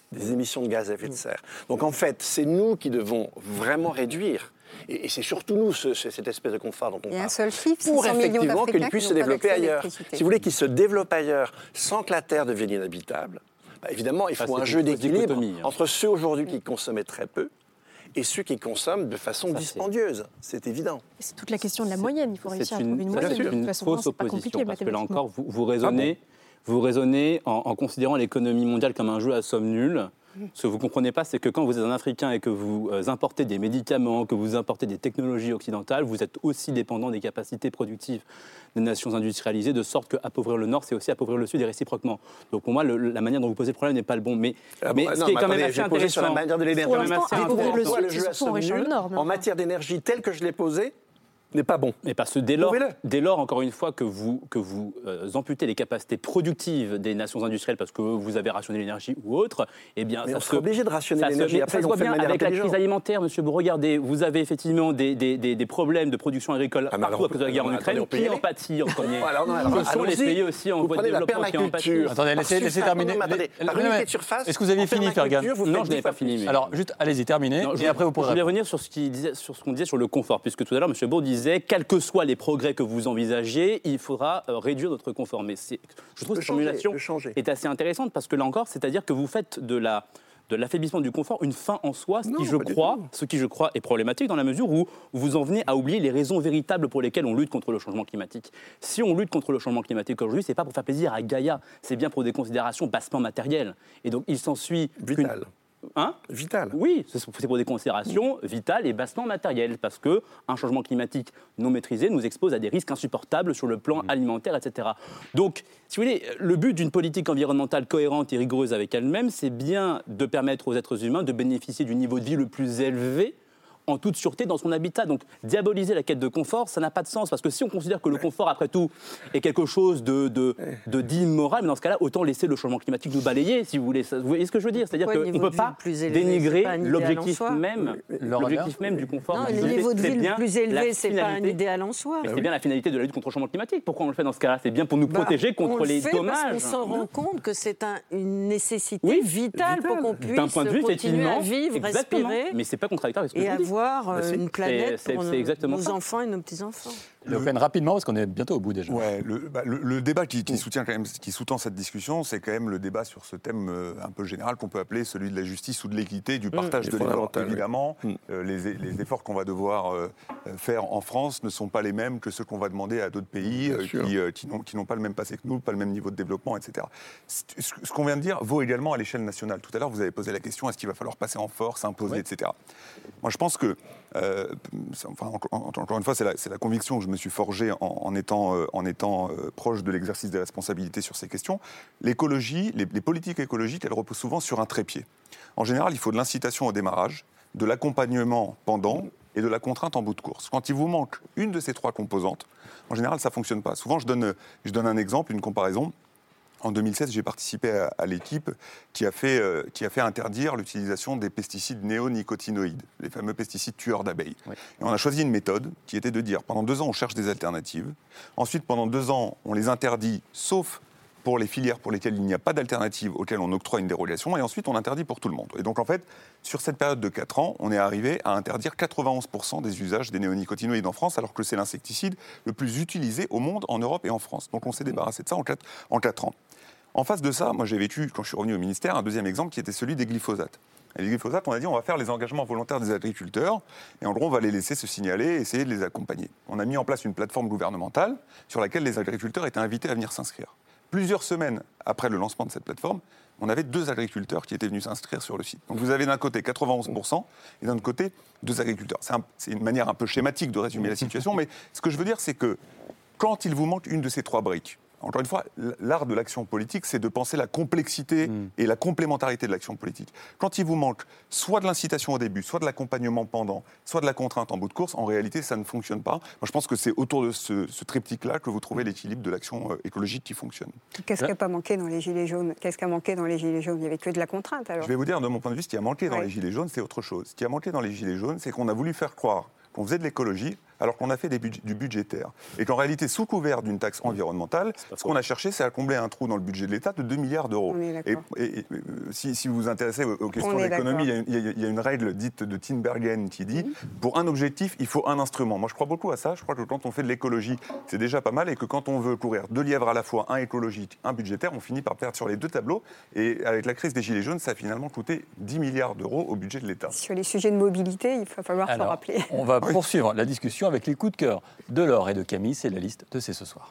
des émissions de gaz à effet de serre. Donc en fait, c'est nous qui devons vraiment réduire. Et, et c'est surtout nous, ce, cette espèce de confort dont on parle. Et un seul chiffre, pour six cents millions effectivement d'Africains qu'il puisse qui se n'ont pas développer d'accès à ailleurs. l'électricité. Si vous voulez qu'il se développe ailleurs sans que la Terre devienne inhabitable, bah évidemment, il Ça, faut c'est un une jeu fausse d'équilibre dichotomie, hein. entre ceux aujourd'hui qui consommaient très peu et ceux qui consomment de façon Ça, dispendieuse. C'est évident. Et c'est toute la question de la moyenne. Il faut réussir à trouver une ça, moyenne. c'est De toute une façon, fausse c'est pas opposition, compliqué parce que là mathématiquement. encore, vous, vous raisonnez, vous raisonnez en, en considérant l'économie mondiale comme un jeu à somme nulle. Ce que vous ne comprenez pas, c'est que quand vous êtes un Africain et que vous euh, importez des médicaments, que vous importez des technologies occidentales, vous êtes aussi dépendant des capacités productives des nations industrialisées, de sorte qu'appauvrir le Nord, c'est aussi appauvrir le Sud et réciproquement. Donc pour moi, le, la manière dont vous posez le problème n'est pas le bon. Mais, Ah bon, mais ah ce non, qui est mais quand même attendez, assez j'ai posé sur la intéressant... manière de l'énergie. Pour l'instant, Dites-moi appauvrir le pourquoi Sud, le c'est jeu à surtout somme enrichir le nulle, Nord, mais en enfin. matière d'énergie tel que je l'ai posé, n'est pas bon. Mais parce que dès lors, Prouvez-le. dès lors, encore une fois, que vous, que vous euh, amputez les capacités productives des nations industrielles parce que vous avez rationné l'énergie ou autre, eh bien, Mais ça on se serait obligé de rationner ça se- l'énergie. mais Après, ça ils se l'ont voit fait de bien manière avec la intelligente. crise alimentaire, monsieur. Vous regardez, vous avez effectivement des, des, des, des problèmes de production agricole Ah, mais partout alors, à cause de la guerre en attendez, Ukraine. on peut y Qui en aller. pâtit en premier? Alors, non, alors, Ce sont les allons-y. pays aussi en Vous voie de prenez la développement qui en pâtissent. permaculture. Attendez, laissez, laissez Par terminer. non, mais attendez, Les- par non, unité mais de surface, Est-ce que vous avez en fini, Fergan? permaculture, vous Non, faites je n'avais dix pas fois fini. plus. mais- Alors, juste, allez-y, terminez. Non, je, et après, vous pourrez je voulais répondre. revenir sur ce, qu'il disait, sur ce qu'on disait sur le confort, puisque tout à l'heure, M. Bourg disait, quels que soient les progrès que vous envisagez, il faudra euh, réduire notre confort. Mais c'est, je trouve Le que cette changer, formulation le changer. est assez intéressante, parce que là encore, c'est-à-dire que vous faites de la... de l'affaiblissement du confort, une fin en soi, ce, Non, qui, je pas du crois, tout. ce qui, je crois, est problématique dans la mesure où vous en venez à oublier les raisons véritables pour lesquelles on lutte contre le changement climatique. Si on lutte contre le changement climatique aujourd'hui, c'est pas pour faire plaisir à Gaïa, c'est bien pour des considérations bassement matérielles. Et donc, il s'ensuit... qu'une- Vital. Hein Vital. Oui, c'est c'est pour des considérations vitales et bassement matérielles, parce qu'un changement climatique non maîtrisé nous expose à des risques insupportables sur le plan alimentaire, et cetera. Donc, si vous voulez, le but d'une politique environnementale cohérente et rigoureuse avec elle-même, c'est bien de permettre aux êtres humains de bénéficier du niveau de vie le plus élevé en toute sûreté dans son habitat. Donc diaboliser la quête de confort, ça n'a pas de sens, parce que si on considère que le confort, après tout, est quelque chose de, de, de d'immoral, mais dans ce cas-là, autant laisser le changement climatique nous balayer, si vous voulez. Ça- vous voyez ce que je veux dire? C'est-à-dire Pourquoi qu'on le ne niveau peut de vie pas le plus élevé, dénigrer c'est pas un idéal en l'objectif soi. même, l'objectif même du confort. Non, C'est- le niveau de c'est vie bien le plus la élevé, c'est pas un finalité. idéal en soi. Mais c'est bien la finalité de la lutte contre le changement climatique. Pourquoi on le fait dans ce cas-là? C'est bien pour nous Bah, protéger on contre le les fait dommages. Parce qu'on s'en rend compte que c'est un- une nécessité Oui, vitale pour qu'on puisse d'un point de vue, continuer à effectivement, vivre, exactement. respirer Mais c'est pas contradictoire avec ce que et je vous dis. avoir euh, Bah, si. une planète C'est- pour c'est nos, exactement nos ça. enfants et nos petits-enfants. Le Pen, rapidement, parce qu'on est bientôt au bout déjà. Ouais, le, bah, le- le débat qui, qui soutient quand même, qui sous-tend cette discussion, c'est quand même le débat sur ce thème euh, un peu général qu'on peut appeler celui de la justice ou de l'équité, du partage c'est de l'effort. fondamental, oui. Évidemment, Mm. euh, les, les efforts qu'on va devoir euh, faire en France ne sont pas les mêmes que ceux qu'on va demander à d'autres pays Bien euh, sûr. qui, euh, qui n'ont, qui n'ont pas le même passé que nous, pas le même niveau de développement, et cetera. Ce, ce qu'on vient de dire vaut également à l'échelle nationale. Tout à l'heure, vous avez posé la question, est-ce qu'il va falloir passer en force, imposer, Oui. et cetera. Moi, je pense que, euh, c'est- enfin, encore, encore une fois, c'est la, c'est la conviction que je me suis forgée en, en étant, euh, en étant euh, proche de l'exercice des responsabilités sur ces questions. L'écologie, les, les politiques écologiques, elles reposent souvent sur un trépied. En général, il faut de l'incitation au démarrage, de l'accompagnement pendant et de la contrainte en bout de course. Quand il vous manque une de ces trois composantes, en général, ça ne fonctionne pas. Souvent, je donne, je donne un exemple, une comparaison. En deux mille seize, j'ai participé à, à l'équipe qui a fait, euh, qui a fait interdire l'utilisation des pesticides néonicotinoïdes, les fameux pesticides tueurs d'abeilles. Oui. Et on a choisi une méthode qui était de dire, pendant deux ans, on cherche des alternatives. Ensuite, pendant deux ans, on les interdit, sauf pour les filières pour lesquelles il n'y a pas d'alternative, auxquelles on octroie une dérogation, et ensuite on interdit pour tout le monde. Et donc en fait, sur cette période de quatre ans, on est arrivé à interdire quatre-vingt-onze pour cent des usages des néonicotinoïdes en France, alors que c'est l'insecticide le plus utilisé au monde, en Europe et en France. Donc on s'est débarrassé de ça en quatre, en quatre ans. En face de ça, moi j'ai vécu, quand je suis revenu au ministère, un deuxième exemple qui était celui des glyphosates. Et les glyphosates, on a dit on va faire les engagements volontaires des agriculteurs, et en gros on va les laisser se signaler et essayer de les accompagner. On a mis en place une plateforme gouvernementale sur laquelle les agriculteurs étaient invités à venir s'inscrire. Plusieurs semaines après le lancement de cette plateforme, on avait deux agriculteurs qui étaient venus s'inscrire sur le site. Donc vous avez d'un côté quatre-vingt-onze pour cent et d'un autre côté deux agriculteurs. C'est, un, c'est une manière un peu schématique de résumer la situation, mais ce que je veux dire, c'est que quand il vous manque une de ces trois briques, encore une fois, l'art de l'action politique, c'est de penser la complexité mmh. et la complémentarité de l'action politique. Quand il vous manque soit de l'incitation au début, soit de l'accompagnement pendant, soit de la contrainte en bout de course, en réalité, ça ne fonctionne pas. Moi, je pense que c'est autour de ce, ce triptyque-là que vous trouvez l'équilibre de l'action euh, écologique qui fonctionne. Qu'est-ce qui n'a pas manqué dans les Gilets jaunes? Qu'est-ce qui a manqué dans les Gilets jaunes? Il n'y avait que de la contrainte, alors. Je vais vous dire, de mon point de vue, ce qui a manqué dans ouais. les Gilets jaunes, c'est autre chose. Ce qui a manqué dans les Gilets jaunes, c'est qu'on a voulu faire croire qu'on faisait de l'écologie alors qu'on a fait des budg- du budgétaire. Et qu'en réalité, sous couvert d'une taxe environnementale, ce qu'on a cherché, c'est à combler un trou dans le budget de l'État de deux milliards d'euros. On est Et, d'accord. et- et, euh, si, si vous vous intéressez aux, aux questions On est d'économie, il y, a d'accord. une- il y a- il y a une règle dite de Tinbergen qui dit pour un objectif, il faut un instrument. Moi, je crois beaucoup à ça. Je crois que quand on fait de l'écologie, c'est déjà pas mal, et que quand on veut courir deux lièvres à la fois, un écologique, un budgétaire, on finit par perdre sur les deux tableaux. Et avec la crise des Gilets jaunes, ça a finalement coûté dix milliards d'euros au budget de l'État. Sur les sujets de mobilité, il va falloir Alors, se rappeler. on va poursuivre la discussion avec les coups de cœur de Laure et de Camille. C'est la liste de C'est ce soir.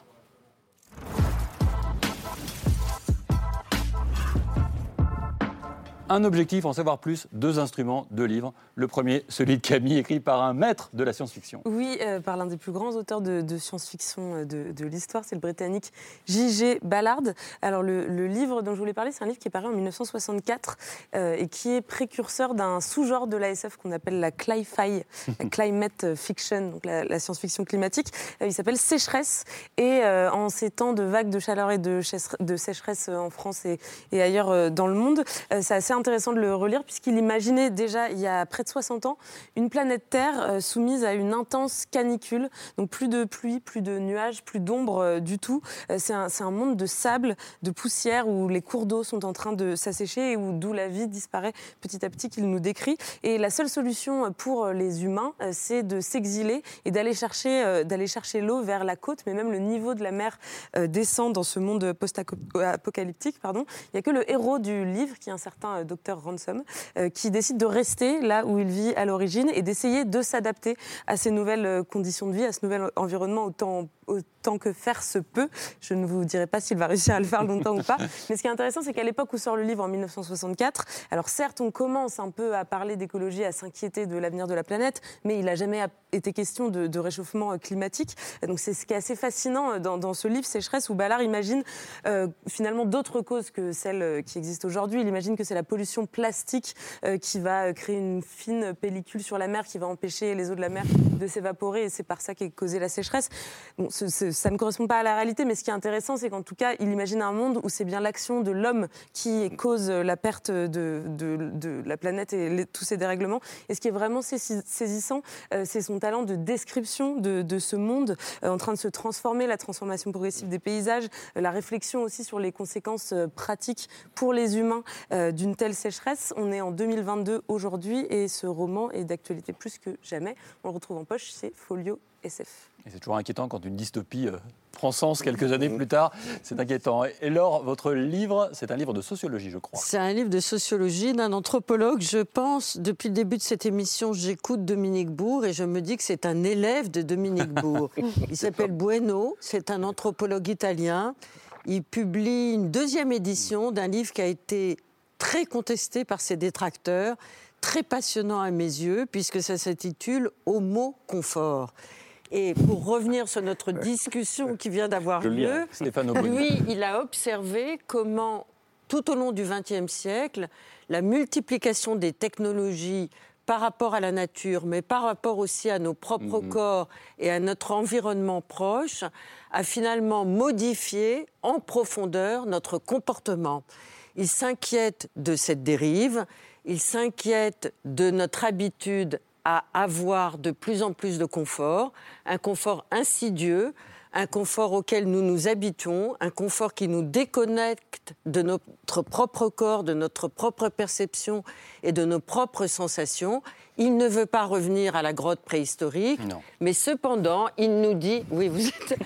Un objectif, en savoir plus, deux instruments, deux livres. Le premier, celui de Camille, écrit par un maître de la science-fiction. Oui, euh, par l'un des plus grands auteurs de, de science-fiction de, de l'histoire, c'est le Britannique J G Ballard. Alors le, le livre dont je voulais parler, c'est un livre qui est paru en mille neuf cent soixante-quatre euh, et qui est précurseur d'un sous-genre de l'A S F qu'on appelle la cli-fi, la climate fiction, donc la, la science-fiction climatique. Euh, il s'appelle Sécheresse et euh, en ces temps de vagues de chaleur et de, chesse- de sécheresse en France et, et ailleurs euh, dans le monde, euh, c'est assez intéressant de le relire puisqu'il imaginait déjà il y a près de soixante ans une planète Terre euh, soumise à une intense canicule, donc plus de pluie, plus de nuages, plus d'ombre euh, du tout. Euh, c'est, un, c'est un monde de sable, de poussière où les cours d'eau sont en train de s'assécher et où d'où la vie disparaît petit à petit qu'il nous décrit. Et la seule solution pour les humains, euh, c'est de s'exiler et d'aller chercher, euh, d'aller chercher l'eau vers la côte, mais même le niveau de la mer euh, descend dans ce monde post-apocalyptique. Pardon. Il n'y a que le héros du livre, qui est un certain euh, docteur Ransom, euh, qui décide de rester là où il vit à l'origine et d'essayer de s'adapter à ces nouvelles euh, conditions de vie, à ce nouvel environnement autant, autant que faire se peut. Je ne vous dirai pas s'il va réussir à le faire longtemps ou pas. Mais ce qui est intéressant, c'est qu'à l'époque où sort le livre, en mille neuf cent soixante-quatre, alors certes, on commence un peu à parler d'écologie, à s'inquiéter de l'avenir de la planète, mais il n'a jamais été question de, de réchauffement climatique. Donc c'est ce qui est assez fascinant dans, dans ce livre, Sécheresse, où Ballard imagine euh, finalement d'autres causes que celles qui existent aujourd'hui. Il imagine que c'est la pollution plastique euh, qui va créer une fine pellicule sur la mer, qui va empêcher les eaux de la mer de s'évaporer, et c'est par ça qu'est causée la sécheresse. Bon, ce, ce, ça ne correspond pas à la réalité, mais ce qui est intéressant, c'est qu'en tout cas, il imagine un monde où c'est bien l'action de l'homme qui cause la perte de, de, de la planète et les, tous ces dérèglements. Et ce qui est vraiment saisissant, euh, c'est son talent de description de, de ce monde euh, en train de se transformer, la transformation progressive des paysages, euh, la réflexion aussi sur les conséquences euh, pratiques pour les humains euh, d'une telle sécheresse. On est en deux mille vingt-deux aujourd'hui et ce roman est d'actualité plus que jamais. On le retrouve en poche, c'est Folio S F. Et c'est toujours inquiétant quand une dystopie euh, prend sens quelques années plus tard. C'est inquiétant. Et Laure, votre livre, c'est un livre de sociologie, je crois. C'est un livre de sociologie d'un anthropologue. Je pense, depuis le début de cette émission, j'écoute Dominique Bourg et je me dis que c'est un élève de Dominique Bourg. Il s'appelle Bueno, c'est un anthropologue italien. Il publie une deuxième édition d'un livre qui a été très contesté par ses détracteurs, très passionnant à mes yeux, puisque ça s'intitule « Homo confort ». Et pour revenir sur notre discussion qui vient d'avoir Je lieu, lis, Stéphane Aubry. lui, il a observé comment, tout au long du vingtième siècle, la multiplication des technologies par rapport à la nature, mais par rapport aussi à nos propres mmh. corps et à notre environnement proche, a finalement modifié en profondeur notre comportement. Il s'inquiète de cette dérive, il s'inquiète de notre habitude à avoir de plus en plus de confort, un confort insidieux, un confort auquel nous nous habituons, un confort qui nous déconnecte de notre propre corps, de notre propre perception et de nos propres sensations. Il ne veut pas revenir à la grotte préhistorique, non. mais cependant, il nous dit... Oui, vous êtes,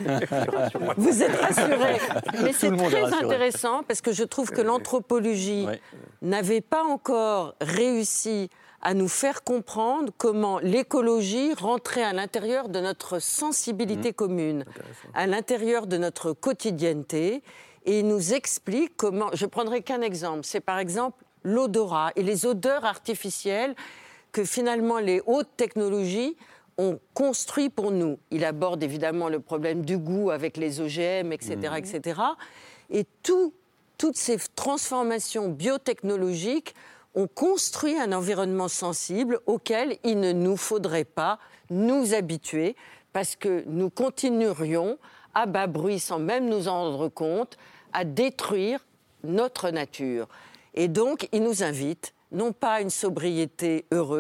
vous êtes rassurés. Mais c'est très intéressant parce que je trouve que l'anthropologie oui. n'avait pas encore réussi à nous faire comprendre comment l'écologie rentrait à l'intérieur de notre sensibilité mmh. commune, à l'intérieur de notre quotidienneté, et il nous explique comment... Je prendrai qu'un exemple, c'est par exemple l'odorat et les odeurs artificielles que finalement les hautes technologies ont construit pour nous. Il aborde évidemment le problème du goût avec les O G M, et cetera, mmh. et cetera. Et tout, toutes ces transformations biotechnologiques ont construit un environnement sensible auquel il ne nous faudrait pas nous habituer parce que nous continuerions à bas bruit, sans même nous en rendre compte, à détruire notre nature. Et donc, il nous invite non pas à une sobriété heureuse,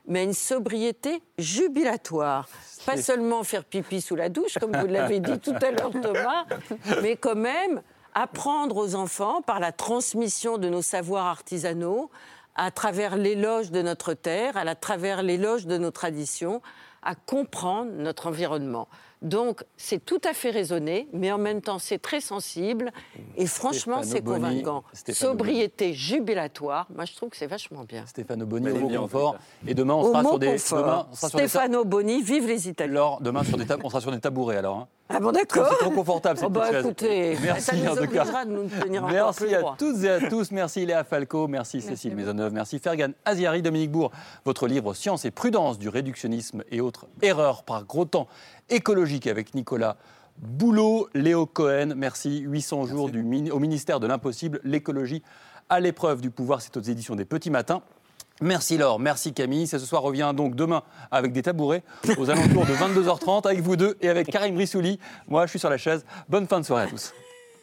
mais une sobriété jubilatoire. Pas seulement faire pipi sous la douche, comme vous l'avez dit tout à l'heure, Thomas, mais quand même apprendre aux enfants, par la transmission de nos savoirs artisanaux, à travers l'éloge de notre terre, à travers l'éloge de nos traditions, à comprendre notre environnement. Donc, c'est tout à fait raisonné, mais en même temps, c'est très sensible. Et franchement, c'est convaincant. Sobriété jubilatoire, moi, je trouve que c'est vachement bien. Stéphano Boni, au mot confort. Et demain, on sera sur des... Demain, on sera sur Stéphano Boni, vive les Italiens. Alors, demain, sur des tab... on sera sur des tabourets, alors. Hein. Ah bon, d'accord. C'est trop confortable, cette oh bah, petite écoutez, Merci, ça nous en tout cas. obligera de nous tenir encore Merci plus à droit. toutes et à tous. Merci Léa Falco, merci, merci Cécile Maisonneuve, merci Fergan Aziari, Dominique Bourg. Votre livre Science et prudence du réductionnisme et autres erreurs par gros temps écologique avec Nicolas Boulot, Léo Cohen. Merci. huit cents jours du, au ministère de l'impossible, l'écologie à l'épreuve du pouvoir. C'est aux éditions des Petits Matins. Merci Laure, merci Camille. Ce soir revient donc demain avec des tabourets aux alentours de vingt-deux heures trente avec vous deux et avec Karim Brissouli. Moi, je suis sur la chaise. Bonne fin de soirée à tous.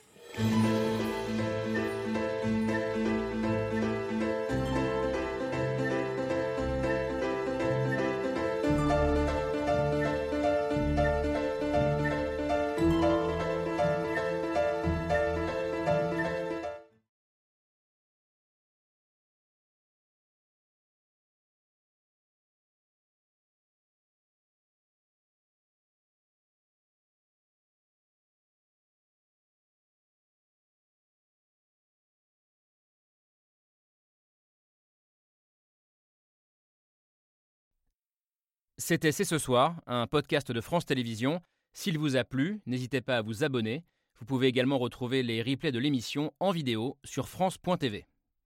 C'était C'est ce soir, un podcast de France Télévisions. S'il vous a plu, n'hésitez pas à vous abonner. Vous pouvez également retrouver les replays de l'émission en vidéo sur France point T V.